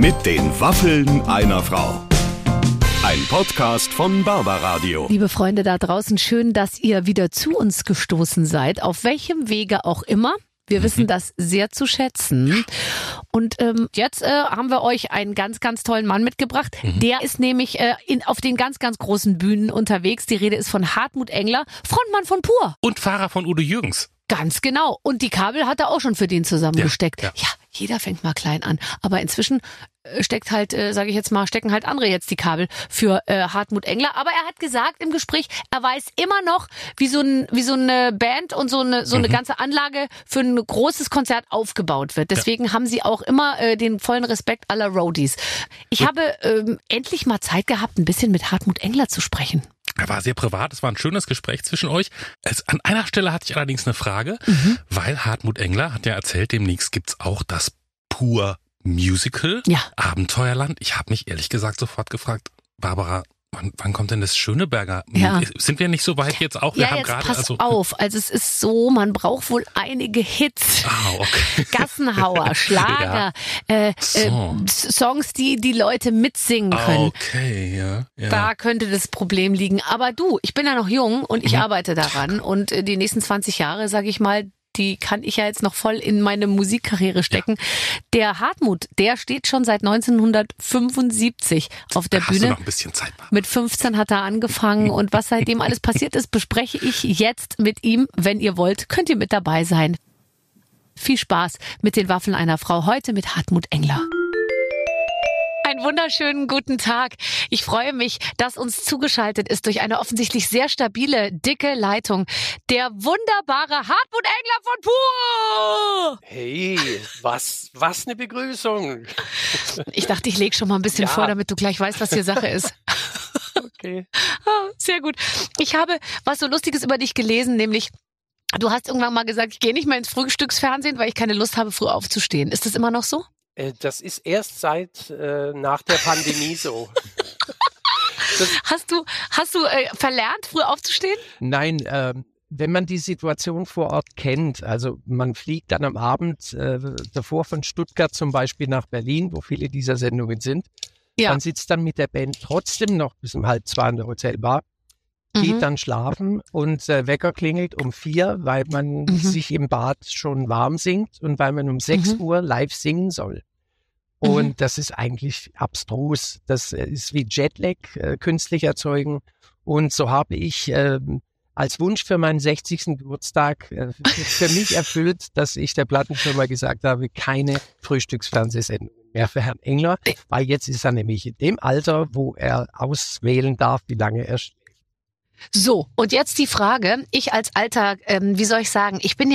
Mit den Waffeln einer Frau. Ein Podcast von Barbaradio. Liebe Freunde da draußen, schön, dass ihr wieder zu uns gestoßen seid, auf welchem Wege auch immer. Wir wissen das sehr zu schätzen. Und jetzt haben wir euch einen ganz, ganz tollen Mann mitgebracht. Der ist nämlich auf den ganz, ganz großen Bühnen unterwegs. Die Rede ist von Hartmut Engler, Frontmann von Pur. Und Fahrer von Udo Jürgens. Ganz genau. Und die Kabel hat er auch schon für den zusammengesteckt. Ja. Ja, jeder fängt mal klein an. Aber inzwischen stecken halt andere jetzt die Kabel für Hartmut Engler. Aber er hat gesagt im Gespräch, er weiß immer noch, wie so eine Band und so eine ganze Anlage für ein großes Konzert aufgebaut wird. Deswegen haben sie auch immer den vollen Respekt aller Roadies. Ich habe endlich mal Zeit gehabt, ein bisschen mit Hartmut Engler zu sprechen. Er war sehr privat, es war ein schönes Gespräch zwischen euch. An einer Stelle hatte ich allerdings eine Frage, weil Hartmut Engler hat ja erzählt, demnächst gibt's auch das Pur Musical, Abenteuerland. Ich habe mich ehrlich gesagt sofort gefragt, Barbara, wann kommt denn das Schöneberger? Ja. Sind wir nicht so weit jetzt auch? Pass auf. Also es ist so, man braucht wohl einige Hits. Okay. Gassenhauer, Schlager, Songs, die Leute mitsingen können. Okay, ja. Da könnte das Problem liegen. Aber du, ich bin ja noch jung und ich arbeite daran. Und die nächsten 20 Jahre, sage ich mal, die kann ich ja jetzt noch voll in meine Musikkarriere stecken. Ja. Der Hartmut, der steht schon seit 1975 auf der Bühne. Hast du noch ein bisschen Zeit? Mit 15 hat er angefangen und was seitdem alles passiert ist, bespreche ich jetzt mit ihm. Wenn ihr wollt, könnt ihr mit dabei sein. Viel Spaß mit den Waffeln einer Frau. Heute mit Hartmut Engler. Einen wunderschönen guten Tag. Ich freue mich, dass uns zugeschaltet ist durch eine offensichtlich sehr stabile, dicke Leitung der wunderbare Hartmut Engler von Pur. Hey, was eine Begrüßung. Ich dachte, ich lege schon mal ein bisschen vor, damit du gleich weißt, was hier Sache ist. Okay. Sehr gut. Ich habe was so Lustiges über dich gelesen, nämlich du hast irgendwann mal gesagt, ich gehe nicht mehr ins Frühstücksfernsehen, weil ich keine Lust habe, früh aufzustehen. Ist das immer noch so? Das ist erst seit nach der Pandemie so. Hast du verlernt, früh aufzustehen? Nein, wenn man die Situation vor Ort kennt, also man fliegt dann am Abend davor von Stuttgart zum Beispiel nach Berlin, wo viele dieser Sendungen sind. Ja. Man sitzt dann mit der Band trotzdem noch bis um 1:30 in der Hotelbar, geht dann schlafen und Wecker klingelt um 4, weil man sich im Bad schon warm singt und weil man um 6 Uhr live singen soll. Und das ist eigentlich abstrus. Das ist wie Jetlag künstlich erzeugen. Und so habe ich als Wunsch für meinen 60. Geburtstag für mich erfüllt, dass ich der Plattenfirma gesagt habe, keine Frühstücksfernsehsendung mehr für Herrn Engler, weil jetzt ist er nämlich in dem Alter, wo er auswählen darf, wie lange er schläft. So, und jetzt die Frage, ich als alter, wie soll ich sagen,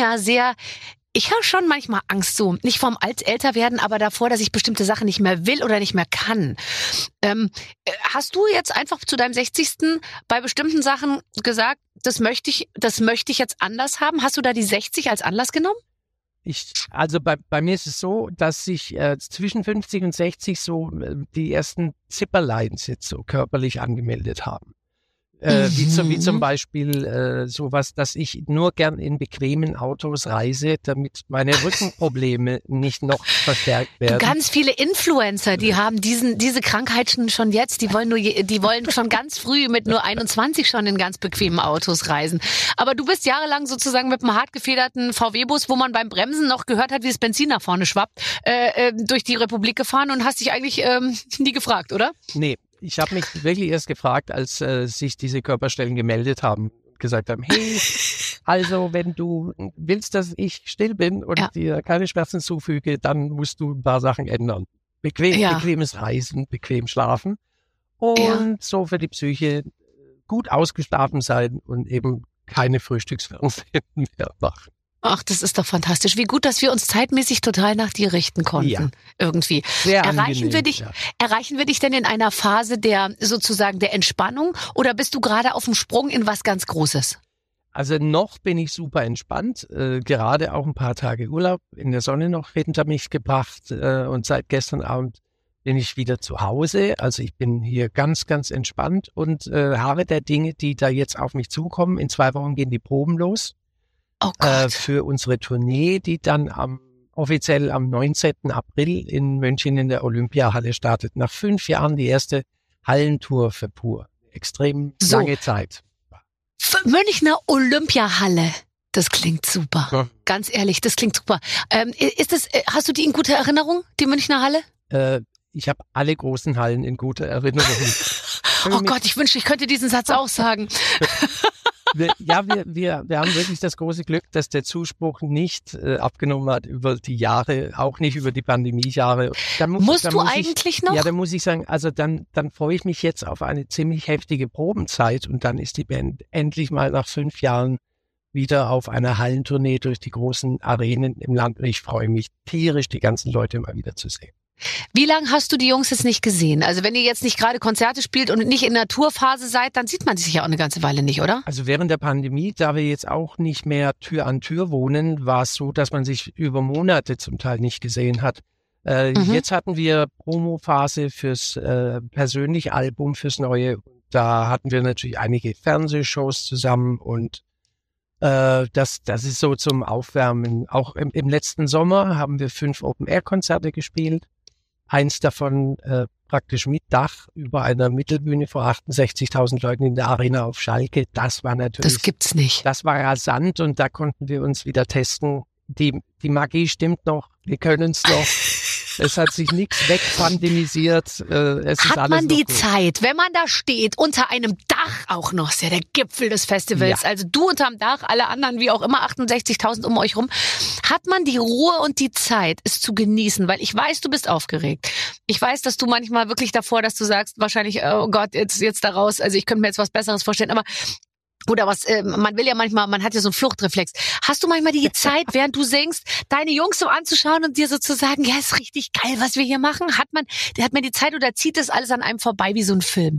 ich habe schon manchmal Angst, so nicht vorm Älterwerden, aber davor, dass ich bestimmte Sachen nicht mehr will oder nicht mehr kann. Hast du jetzt einfach zu deinem 60. bei bestimmten Sachen gesagt, das möchte ich jetzt anders haben? Hast du da die 60 als Anlass genommen? Also bei mir ist es so, dass sich zwischen 50 und 60 so die ersten Zipperleins jetzt so körperlich angemeldet haben. Wie zum Beispiel sowas, dass ich nur gern in bequemen Autos reise, damit meine Rückenprobleme nicht noch verstärkt werden. Ganz viele Influencer, die haben diese Krankheit schon jetzt, die wollen schon ganz früh mit nur 21 schon in ganz bequemen Autos reisen. Aber du bist jahrelang sozusagen mit einem hart gefederten VW-Bus, wo man beim Bremsen noch gehört hat, wie das Benzin nach vorne schwappt, durch die Republik gefahren und hast dich eigentlich nie gefragt, oder? Nee. Ich habe mich wirklich erst gefragt, als sich diese Körperstellen gemeldet haben und gesagt haben, hey, also wenn du willst, dass ich still bin und dir keine Schmerzen zufüge, dann musst du ein paar Sachen ändern. Bequemes Reisen, bequem schlafen und so für die Psyche gut ausgeschlafen sein und eben keine Frühstücksfernsehen mehr machen. Ach, das ist doch fantastisch. Wie gut, dass wir uns zeitmäßig total nach dir richten konnten. Irgendwie. Sehr erreichen angenehm, wir dich denn in einer Phase der Entspannung oder bist du gerade auf dem Sprung in was ganz Großes? Also noch bin ich super entspannt, gerade auch ein paar Tage Urlaub in der Sonne noch hinter mich gebracht und seit gestern Abend bin ich wieder zu Hause. Also ich bin hier ganz, ganz entspannt und harre der Dinge, die da jetzt auf mich zukommen. In 2 Wochen gehen die Proben los. Oh Gott. Für unsere Tournee, die dann am offiziell am 19. April in München in der Olympiahalle startet. Nach 5 Jahren die erste Hallentour für Pur. Extrem lange Zeit. Münchner Olympiahalle. Das klingt super. Ja. Ganz ehrlich, das klingt super. Hast du die in guter Erinnerung, die Münchner Halle? Ich habe alle großen Hallen in guter Erinnerung. Oh Gott, ich wünschte, ich könnte diesen Satz auch sagen. Wir haben wirklich das große Glück, dass der Zuspruch nicht abgenommen hat über die Jahre, auch nicht über die Pandemiejahre. Musst du eigentlich noch? Ja, dann muss ich sagen, also dann freue ich mich jetzt auf eine ziemlich heftige Probenzeit und dann ist die Band endlich mal nach 5 Jahren wieder auf einer Hallentournee durch die großen Arenen im Land. Und ich freue mich tierisch, die ganzen Leute mal wieder zu sehen. Wie lange hast du die Jungs jetzt nicht gesehen? Also wenn ihr jetzt nicht gerade Konzerte spielt und nicht in der Tourphase seid, dann sieht man sich ja auch eine ganze Weile nicht, oder? Also während der Pandemie, da wir jetzt auch nicht mehr Tür an Tür wohnen, war es so, dass man sich über Monate zum Teil nicht gesehen hat. Jetzt hatten wir Promophase fürs persönliche Album, fürs neue. Da hatten wir natürlich einige Fernsehshows zusammen und das ist so zum Aufwärmen. Auch im letzten Sommer haben wir 5 Open-Air-Konzerte gespielt. Eins davon praktisch mit Dach über einer Mittelbühne vor 68.000 Leuten in der Arena auf Schalke. Das war natürlich... Das gibt's nicht. Das war rasant und da konnten wir uns wieder testen. Die Magie stimmt noch. Wir können es noch. Es hat sich nichts wegpandemisiert. Hat man die Zeit, wenn man da steht, unter einem Dach auch noch, ist ja der Gipfel des Festivals, ja. Also du unterm Dach, alle anderen wie auch immer, 68.000 um euch rum, hat man die Ruhe und die Zeit, es zu genießen, weil ich weiß, du bist aufgeregt. Ich weiß, dass du manchmal wirklich davor, dass du sagst, wahrscheinlich, oh Gott, jetzt da raus, also ich könnte mir jetzt was Besseres vorstellen, aber oder was, man will ja manchmal, man hat ja so einen Fluchtreflex. Hast du manchmal die Zeit, während du singst, deine Jungs so anzuschauen und dir so zu sagen, ja, ist richtig geil, was wir hier machen? Hat man die Zeit oder zieht das alles an einem vorbei wie so ein Film?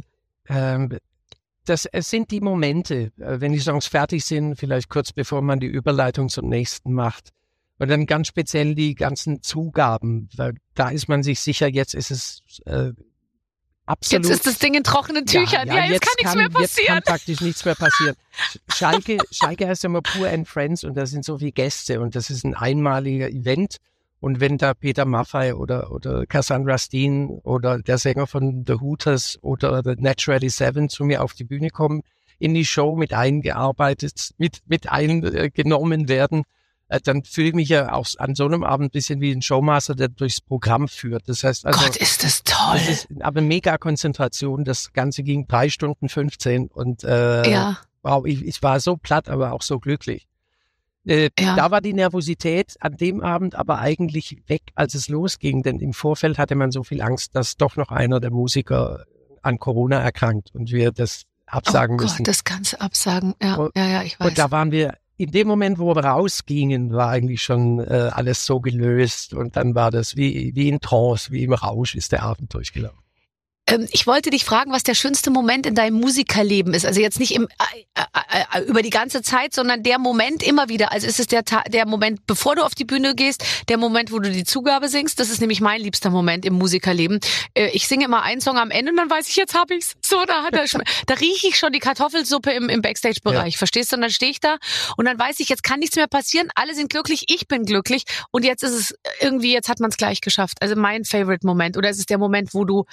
Es sind die Momente, wenn die Songs fertig sind, vielleicht kurz bevor man die Überleitung zum nächsten macht. Und dann ganz speziell die ganzen Zugaben, weil da ist man sich sicher, jetzt ist es absolut. Jetzt ist das Ding in trockenen Tüchern. Ja, jetzt kann nichts mehr passieren. Jetzt kann praktisch nichts mehr passieren. Schalke heißt ja immer Pur and Friends und da sind so viele Gäste und das ist ein einmaliger Event. Und wenn da Peter Maffay oder Cassandra Steen oder der Sänger von The Hooters oder The Naturally Seven zu mir auf die Bühne kommen, in die Show mit eingearbeitet, mit eingenommen werden, dann fühle ich mich ja auch an so einem Abend ein bisschen wie ein Showmaster, der durchs Programm führt. Das heißt also, Gott, ist das toll. Das ist aber mega Konzentration. Das Ganze ging 3 Stunden 15 und wow, ich war so platt, aber auch so glücklich. Da war die Nervosität an dem Abend aber eigentlich weg, als es losging, denn im Vorfeld hatte man so viel Angst, dass doch noch einer der Musiker an Corona erkrankt und wir das absagen müssen. Oh Gott, das Ganze absagen. Ja, ich weiß. Und da waren wir in dem Moment, wo wir rausgingen, war eigentlich schon alles so gelöst und dann war das wie in Trance, wie im Rausch ist der Abend durchgelaufen. Ich wollte dich fragen, was der schönste Moment in deinem Musikerleben ist. Also jetzt nicht über die ganze Zeit, sondern der Moment immer wieder. Also ist es der Moment, bevor du auf die Bühne gehst, der Moment, wo du die Zugabe singst. Das ist nämlich mein liebster Moment im Musikerleben. Ich singe immer einen Song am Ende und dann weiß ich, jetzt hab ich's. So, da rieche ich schon die Kartoffelsuppe im Backstage-Bereich. Ja. Verstehst du? Und dann stehe ich da und dann weiß ich, jetzt kann nichts mehr passieren. Alle sind glücklich, ich bin glücklich und jetzt ist es irgendwie, jetzt hat man es gleich geschafft. Also mein Favorite-Moment. Oder ist es der Moment, wo du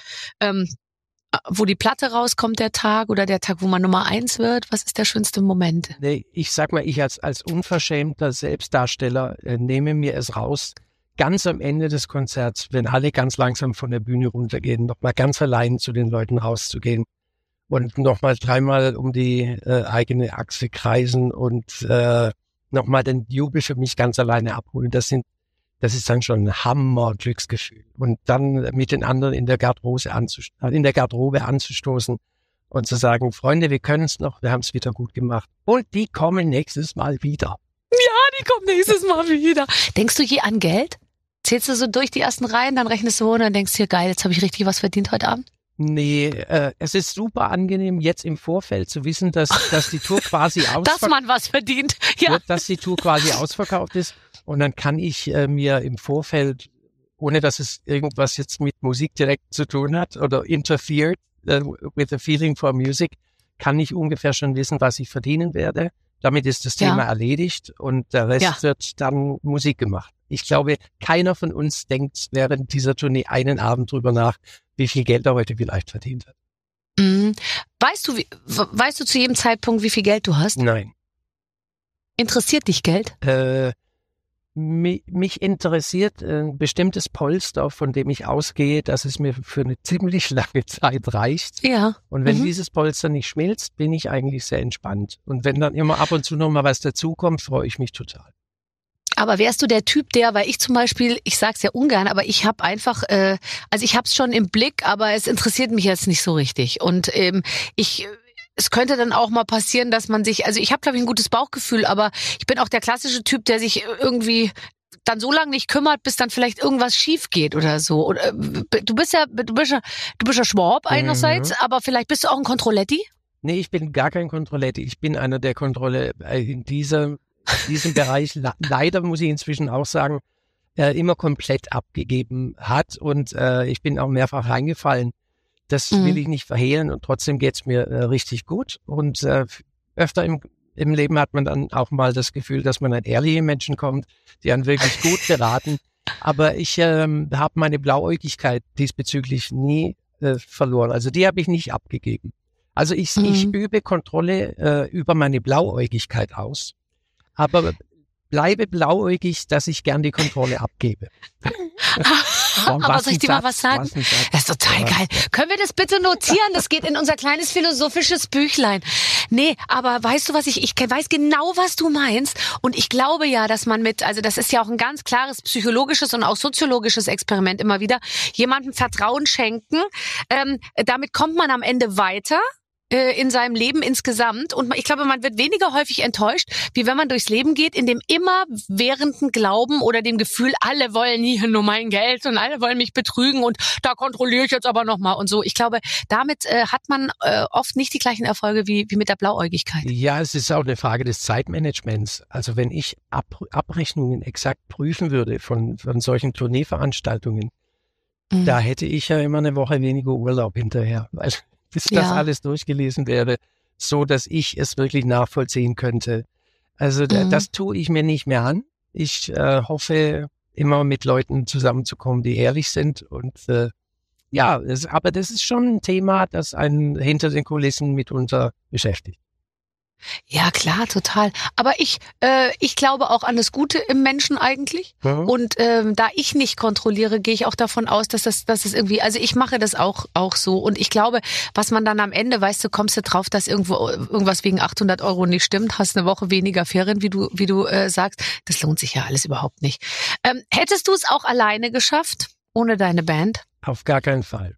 wo die Platte rauskommt, der Tag oder der Tag, wo man Nummer 1 wird? Was ist der schönste Moment? Nee, ich sag mal, ich als unverschämter Selbstdarsteller nehme mir es raus, ganz am Ende des Konzerts, wenn alle ganz langsam von der Bühne runtergehen, nochmal ganz allein zu den Leuten rauszugehen und nochmal 3-mal um die eigene Achse kreisen und nochmal den Jubel für mich ganz alleine abholen. Das ist dann schon ein Hammer-Glücksgefühl. Und dann mit den anderen in der Garderobe anzustoßen und zu sagen, Freunde, wir können es noch, wir haben es wieder gut gemacht. Und die kommen nächstes Mal wieder. Ja, die kommen nächstes Mal wieder. Denkst du je an Geld? Zählst du so durch die ersten Reihen, dann rechnest du und dann denkst du dir, geil, jetzt habe ich richtig was verdient heute Abend? Nee, es ist super angenehm, jetzt im Vorfeld zu wissen, dass die Tour quasi dass man was verdient, ja. Dass die Tour quasi ausverkauft ist. Und dann kann ich mir im Vorfeld, ohne dass es irgendwas jetzt mit Musik direkt zu tun hat oder interfered with the feeling for music, kann ich ungefähr schon wissen, was ich verdienen werde. Damit ist das Thema erledigt und der Rest wird dann Musik gemacht. Ich glaube, keiner von uns denkt während dieser Tournee einen Abend drüber nach, wie viel Geld er heute vielleicht verdient hat. Mhm. Weißt du zu jedem Zeitpunkt, wie viel Geld du hast? Nein. Interessiert dich Geld? Mich interessiert ein bestimmtes Polster, von dem ich ausgehe, dass es mir für eine ziemlich lange Zeit reicht. Ja. Und wenn dieses Polster nicht schmilzt, bin ich eigentlich sehr entspannt. Und wenn dann immer ab und zu noch mal was dazukommt, freue ich mich total. Aber wärst du der Typ, weil ich zum Beispiel, ich sag's ja ungern, aber ich habe einfach, also ich hab's schon im Blick, aber es interessiert mich jetzt nicht so richtig. Und es könnte dann auch mal passieren, dass man sich, also ich habe, glaube ich, ein gutes Bauchgefühl, aber ich bin auch der klassische Typ, der sich irgendwie dann so lange nicht kümmert, bis dann vielleicht irgendwas schief geht oder so. Oder, du bist ja Schwab einerseits, aber vielleicht bist du auch ein Kontrolletti? Nee, ich bin gar kein Kontrolletti. Ich bin einer, der Kontrolle in diesem Bereich, leider muss ich inzwischen auch sagen, immer komplett abgegeben hat. Und ich bin auch mehrfach reingefallen. Das will ich nicht verhehlen und trotzdem geht's mir richtig gut. Und öfter im Leben hat man dann auch mal das Gefühl, dass man an ehrliche Menschen kommt, die einen wirklich gut beraten. Aber ich habe meine Blauäugigkeit diesbezüglich nie verloren. Also die habe ich nicht abgegeben. Also ich übe Kontrolle über meine Blauäugigkeit aus, aber bleibe blauäugig, dass ich gern die Kontrolle abgebe. Aber soll ich dir mal was sagen? Das ist total geil. Können wir das bitte notieren? Das geht in unser kleines philosophisches Büchlein. Nee, aber weißt du was, ich weiß genau, was du meinst. Und ich glaube ja, dass man also das ist ja auch ein ganz klares psychologisches und auch soziologisches Experiment immer wieder, jemandem Vertrauen schenken. Damit kommt man am Ende weiter in seinem Leben insgesamt. Und ich glaube, man wird weniger häufig enttäuscht, wie wenn man durchs Leben geht, in dem immerwährenden Glauben oder dem Gefühl, alle wollen hier nur mein Geld und alle wollen mich betrügen und da kontrolliere ich jetzt aber nochmal und so. Ich glaube, damit hat man oft nicht die gleichen Erfolge wie mit der Blauäugigkeit. Ja, es ist auch eine Frage des Zeitmanagements. Also wenn ich Abrechnungen exakt prüfen würde von solchen Tourneeveranstaltungen, da hätte ich ja immer eine Woche weniger Urlaub hinterher, weil bis das alles durchgelesen wäre, so dass ich es wirklich nachvollziehen könnte. Also das tue ich mir nicht mehr an. Ich hoffe, immer mit Leuten zusammenzukommen, die ehrlich sind. Und aber das ist schon ein Thema, das einen hinter den Kulissen mitunter beschäftigt. Ja, klar, total. Aber ich glaube auch an das Gute im Menschen eigentlich. Mhm. Und da ich nicht kontrolliere, gehe ich auch davon aus, dass das irgendwie, also ich mache das auch so. Und ich glaube, was man dann am Ende, weißt du, kommst du drauf, dass irgendwas wegen 800 € nicht stimmt, hast eine Woche weniger Ferien, wie du sagst. Das lohnt sich ja alles überhaupt nicht. Hättest du es auch alleine geschafft, ohne deine Band? Auf gar keinen Fall.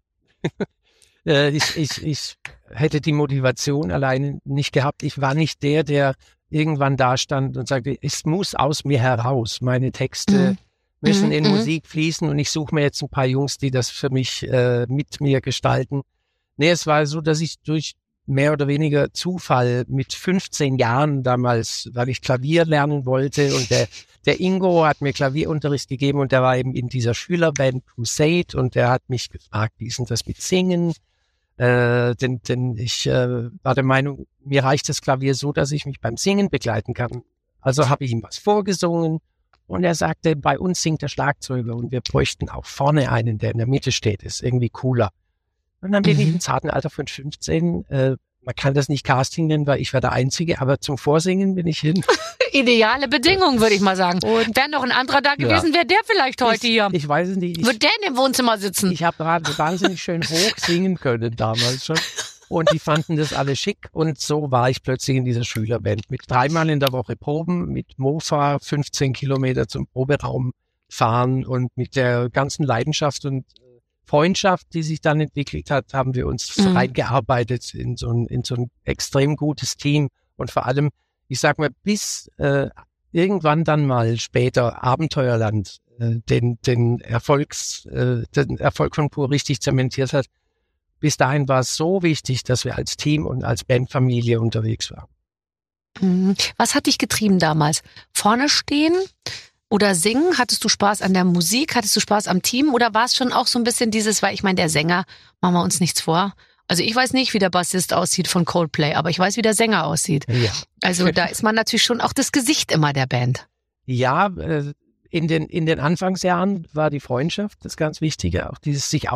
Ich hätte die Motivation alleine nicht gehabt. Ich war nicht der irgendwann da stand und sagte, es muss aus mir heraus. Meine Texte müssen in Musik fließen und ich suche mir jetzt ein paar Jungs, die das für mich mit mir gestalten. Nee, es war so, dass ich durch mehr oder weniger Zufall mit 15 Jahren damals, weil ich Klavier lernen wollte und der Ingo hat mir Klavierunterricht gegeben und der war eben in dieser Schülerband Crusade und der hat mich gefragt, wie ist denn das mit Singen? Denn ich war der Meinung, mir reicht das Klavier so, dass ich mich beim Singen begleiten kann. Also habe ich ihm was vorgesungen und er sagte, bei uns singt der Schlagzeuger und wir bräuchten auch vorne einen, der in der Mitte steht, ist irgendwie cooler. Und dann bin ich im zarten Alter von 15, man kann das nicht Casting nennen, weil ich war der Einzige, aber zum Vorsingen bin ich hin. Ideale Bedingungen, würde ich mal sagen. Und wäre noch ein anderer da gewesen, wäre der vielleicht heute hier. Ich weiß es nicht. Würde der in dem Wohnzimmer sitzen? Ich habe gerade wahnsinnig schön hoch singen können damals schon. Und die fanden das alle schick. Und so war ich plötzlich in dieser Schülerband. Mit 3-mal in der Woche Proben, mit Mofa 15 Kilometer zum Proberaum fahren und mit der ganzen Leidenschaft und Freundschaft, die sich dann entwickelt hat, haben wir uns reingearbeitet in so ein extrem gutes Team. Und vor allem, ich sag mal, bis irgendwann dann mal später Abenteuerland den Erfolg von Pur richtig zementiert hat. Bis dahin war es so wichtig, dass wir als Team und als Bandfamilie unterwegs waren. Was hat dich getrieben damals? Vorne stehen oder singen? Hattest du Spaß an der Musik? Hattest du Spaß am Team? Oder war es schon auch so ein bisschen dieses, weil ich meine, der Sänger, machen wir uns nichts vor, Also ich weiß nicht, wie der Bassist aussieht von Coldplay, aber ich weiß, wie der Sänger aussieht. Ja. Also da ist man natürlich schon auch das Gesicht immer der Band. Ja, in den Anfangsjahren war die Freundschaft das ganz Wichtige, auch dieses sich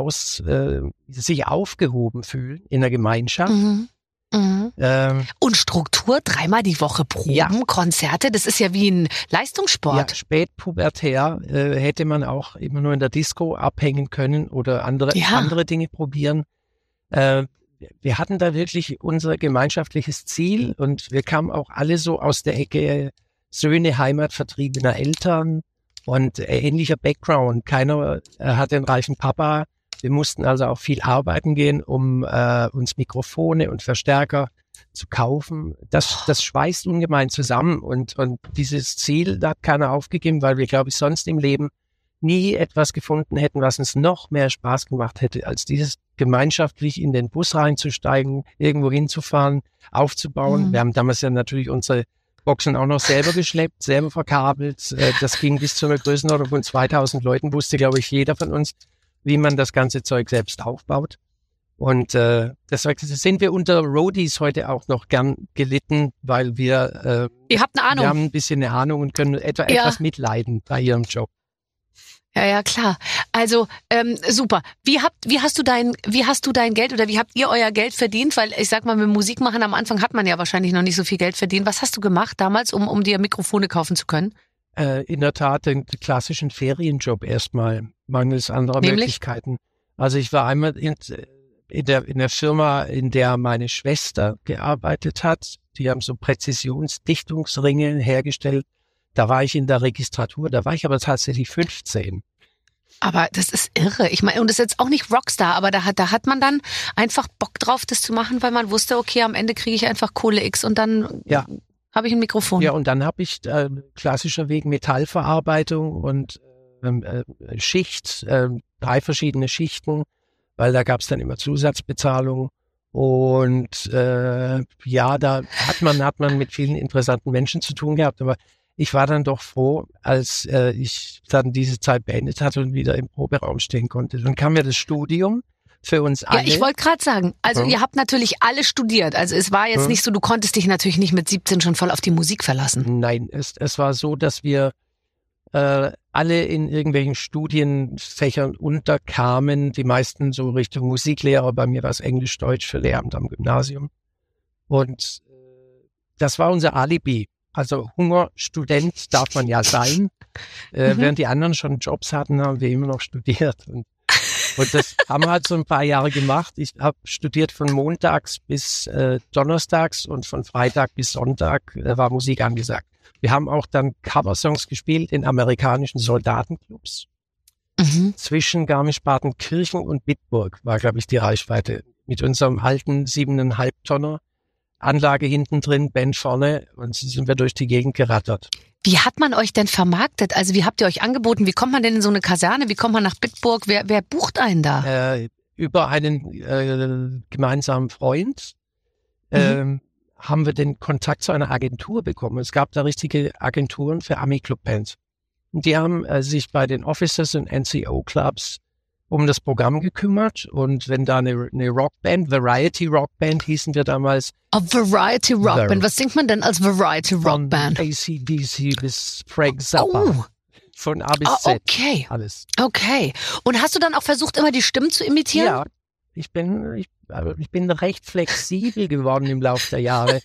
aufgehoben fühlen in der Gemeinschaft. Mhm. Mhm. Und Struktur, 3-mal die Woche Proben, Konzerte, das ist ja wie ein Leistungssport. Ja, spätpubertär hätte man auch immer nur in der Disco abhängen können oder andere Dinge probieren. Wir hatten da wirklich unser gemeinschaftliches Ziel und wir kamen auch alle so aus der Ecke Söhne heimatvertriebener Eltern und ähnlicher Background. Keiner hat den reichen Papa. Wir mussten also auch viel arbeiten gehen, um uns Mikrofone und Verstärker zu kaufen. Das schweißt ungemein zusammen und dieses Ziel, da hat keiner aufgegeben, weil wir, glaube ich, sonst im Leben nie etwas gefunden hätten, was uns noch mehr Spaß gemacht hätte, als dieses gemeinschaftlich in den Bus reinzusteigen, irgendwo hinzufahren, aufzubauen. Mhm. Wir haben damals ja natürlich unsere Boxen auch noch selber geschleppt, selber verkabelt. Das ging bis zu einer Größenordnung von 2000 Leuten, wusste, glaube ich, jeder von uns, wie man das ganze Zeug selbst aufbaut. Und deshalb sind wir unter Roadies heute auch noch gern gelitten, weil wir Ihr habt eine Ahnung. Wir haben ein bisschen eine Ahnung und können etwas mitleiden bei ihrem Job. Ja, klar. Also super. Wie hast du dein Geld oder wie habt ihr euer Geld verdient? Weil ich sag mal, mit Musik machen am Anfang hat man ja wahrscheinlich noch nicht so viel Geld verdient. Was hast du gemacht damals, um dir Mikrofone kaufen zu können? In der Tat den klassischen Ferienjob erstmal, mangels anderer Möglichkeiten. Also ich war einmal in der Firma, in der meine Schwester gearbeitet hat. Die haben so Präzisionsdichtungsringe hergestellt. Da war ich in der Registratur, da war ich aber tatsächlich 15. Aber das ist irre. Ich meine, und das ist jetzt auch nicht Rockstar, aber da hat man dann einfach Bock drauf, das zu machen, weil man wusste, okay, am Ende kriege ich einfach Kohle X und dann habe ich ein Mikrofon. Ja, und dann habe ich klassischer Weg Metallverarbeitung und Schicht, 3 verschiedene Schichten, weil da gab es dann immer Zusatzbezahlung. Und da hat man mit vielen interessanten Menschen zu tun gehabt, aber ich war dann doch froh, als ich dann diese Zeit beendet hatte und wieder im Proberaum stehen konnte. Dann kam ja das Studium für uns alle. Ja, ich wollte gerade sagen, also ihr habt natürlich alle studiert. Also es war jetzt nicht so, du konntest dich natürlich nicht mit 17 schon voll auf die Musik verlassen. Nein, es war so, dass wir alle in irgendwelchen Studienfächern unterkamen. Die meisten so Richtung Musiklehrer. Bei mir war es Englisch, Deutsch für Lehramt am Gymnasium. Und das war unser Alibi. Also Hungerstudent darf man ja sein. Während die anderen schon Jobs hatten, haben wir immer noch studiert. Und das haben wir halt so ein paar Jahre gemacht. Ich habe studiert von montags bis donnerstags und von Freitag bis Sonntag war Musik angesagt. Wir haben auch dann Coversongs gespielt in amerikanischen Soldatenclubs. Mhm. Zwischen Garmisch-Partenkirchen und Bitburg war, glaube ich, die Reichweite. Mit unserem alten 7,5 Tonner. Anlage hinten drin, Band vorne und so sind wir durch die Gegend gerattert. Wie hat man euch denn vermarktet? Also wie habt ihr euch angeboten? Wie kommt man denn in so eine Kaserne? Wie kommt man nach Bitburg? Wer bucht einen da? Über einen gemeinsamen Freund haben wir den Kontakt zu einer Agentur bekommen. Es gab da richtige Agenturen für Ami-Club-Bands. Und die haben sich bei den Officers und NCO-Clubs um das Programm gekümmert und wenn da eine Rockband, Variety Rockband hießen wir damals. A Variety Rockband, was singt man denn als Variety Rockband? Von AC/DC bis Frank Zappa. Oh. Von A bis Z. Okay. Alles. Okay. Und hast du dann auch versucht, immer die Stimmen zu imitieren? Ja. Ich bin recht flexibel geworden im Laufe der Jahre.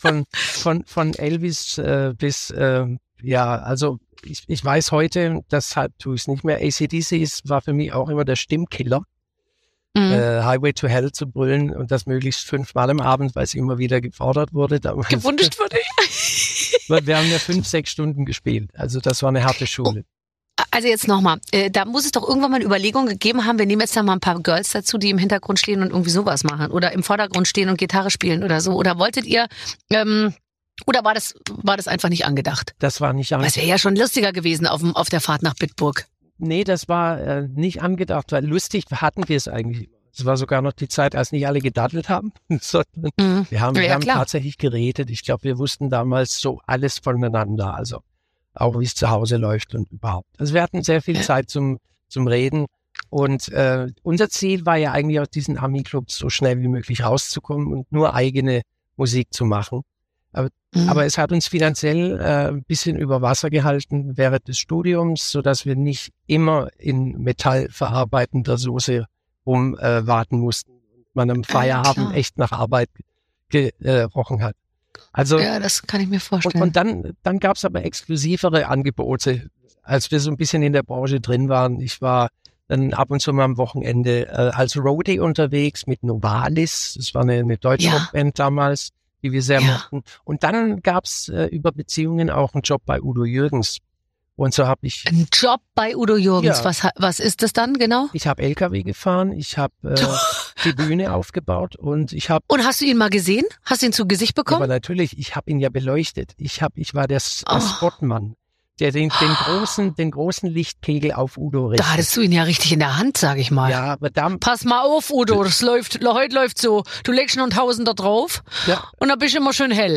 Von Elvis bis, also ich weiß heute, deshalb tue ich es nicht mehr. AC/DC war für mich auch immer der Stimmkiller. Highway to Hell zu brüllen und das möglichst 5-mal am Abend, weil es immer wieder gefordert wurde. Gewünscht wurde. Wir haben ja 5-6 Stunden gespielt. Also das war eine harte Schule. Also jetzt nochmal, da muss es doch irgendwann mal eine Überlegung gegeben haben, wir nehmen jetzt da mal ein paar Girls dazu, die im Hintergrund stehen und irgendwie sowas machen oder im Vordergrund stehen und Gitarre spielen oder so. Oder wolltet ihr... Oder war das einfach nicht angedacht? Das war nicht angedacht. Das wäre ja schon lustiger gewesen auf der Fahrt nach Bitburg. Nee, das war nicht angedacht, weil lustig hatten wir es eigentlich. Es war sogar noch die Zeit, als nicht alle gedaddelt haben, sondern wir haben tatsächlich geredet. Ich glaube, wir wussten damals so alles voneinander, also auch wie es zu Hause läuft und überhaupt. Also wir hatten sehr viel Zeit zum Reden Und unser Ziel war ja eigentlich aus diesen Ami-Clubs so schnell wie möglich rauszukommen und nur eigene Musik zu machen. Aber es hat uns finanziell ein bisschen über Wasser gehalten während des Studiums, sodass wir nicht immer in metallverarbeitender Soße rumwarten mussten und man am Feierabend echt nach Arbeit gerochen hat. Also, ja, das kann ich mir vorstellen. Und dann gab es aber exklusivere Angebote, als wir so ein bisschen in der Branche drin waren. Ich war dann ab und zu mal am Wochenende als Roadie unterwegs mit Novalis. Das war eine deutsche Rockband damals, die wir sehr mochten. Und dann gab es über Beziehungen auch einen Job bei Udo Jürgens. Und so habe ich... Ein Job bei Udo Jürgens, was ist das dann genau? Ich habe LKW gefahren, ich habe die Bühne aufgebaut und ich habe... Und hast du ihn mal gesehen? Hast du ihn zu Gesicht bekommen? Ja, aber natürlich, ich habe ihn ja beleuchtet. Ich war der Spotmann, der den großen Lichtkegel auf Udo richtet. Da hattest du ihn ja richtig in der Hand, sag ich mal. Ja, aber dann... Pass mal auf, Udo, heute läuft so. Du legst noch 1.000 da drauf und dann bist du immer schön hell.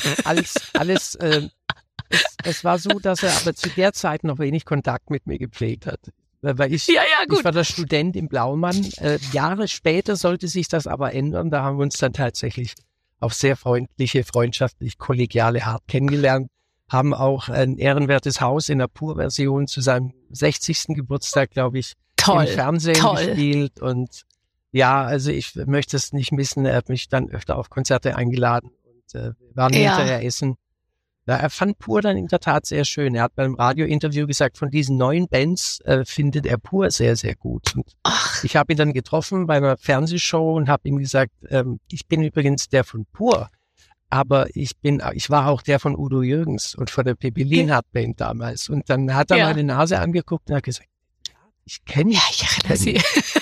Alles es war so, dass er aber zu der Zeit noch wenig Kontakt mit mir gepflegt hat. Weil ich war der Student im Blaumann. Jahre später sollte sich das aber ändern. Da haben wir uns dann tatsächlich auf sehr freundliche, freundschaftlich, kollegiale Art kennengelernt. Haben auch ein ehrenwertes Haus in der Pur-Version zu seinem 60. Geburtstag, glaube ich, im Fernsehen gespielt. Und ja, also ich möchte es nicht missen. Er hat mich dann öfter auf Konzerte eingeladen und wir waren hinterher essen. Ja, er fand Pur dann in der Tat sehr schön. Er hat beim Radiointerview gesagt, von diesen neuen Bands findet er Pur sehr, sehr gut. Und ich habe ihn dann getroffen bei einer Fernsehshow und habe ihm gesagt, ich bin übrigens der von Pur, aber ich war auch der von Udo Jürgens und von der Pippi Lienhardt Band damals. Und dann hat er meine Nase angeguckt und hat gesagt, ich kenne ihn. Ja, ich erinnere Sie.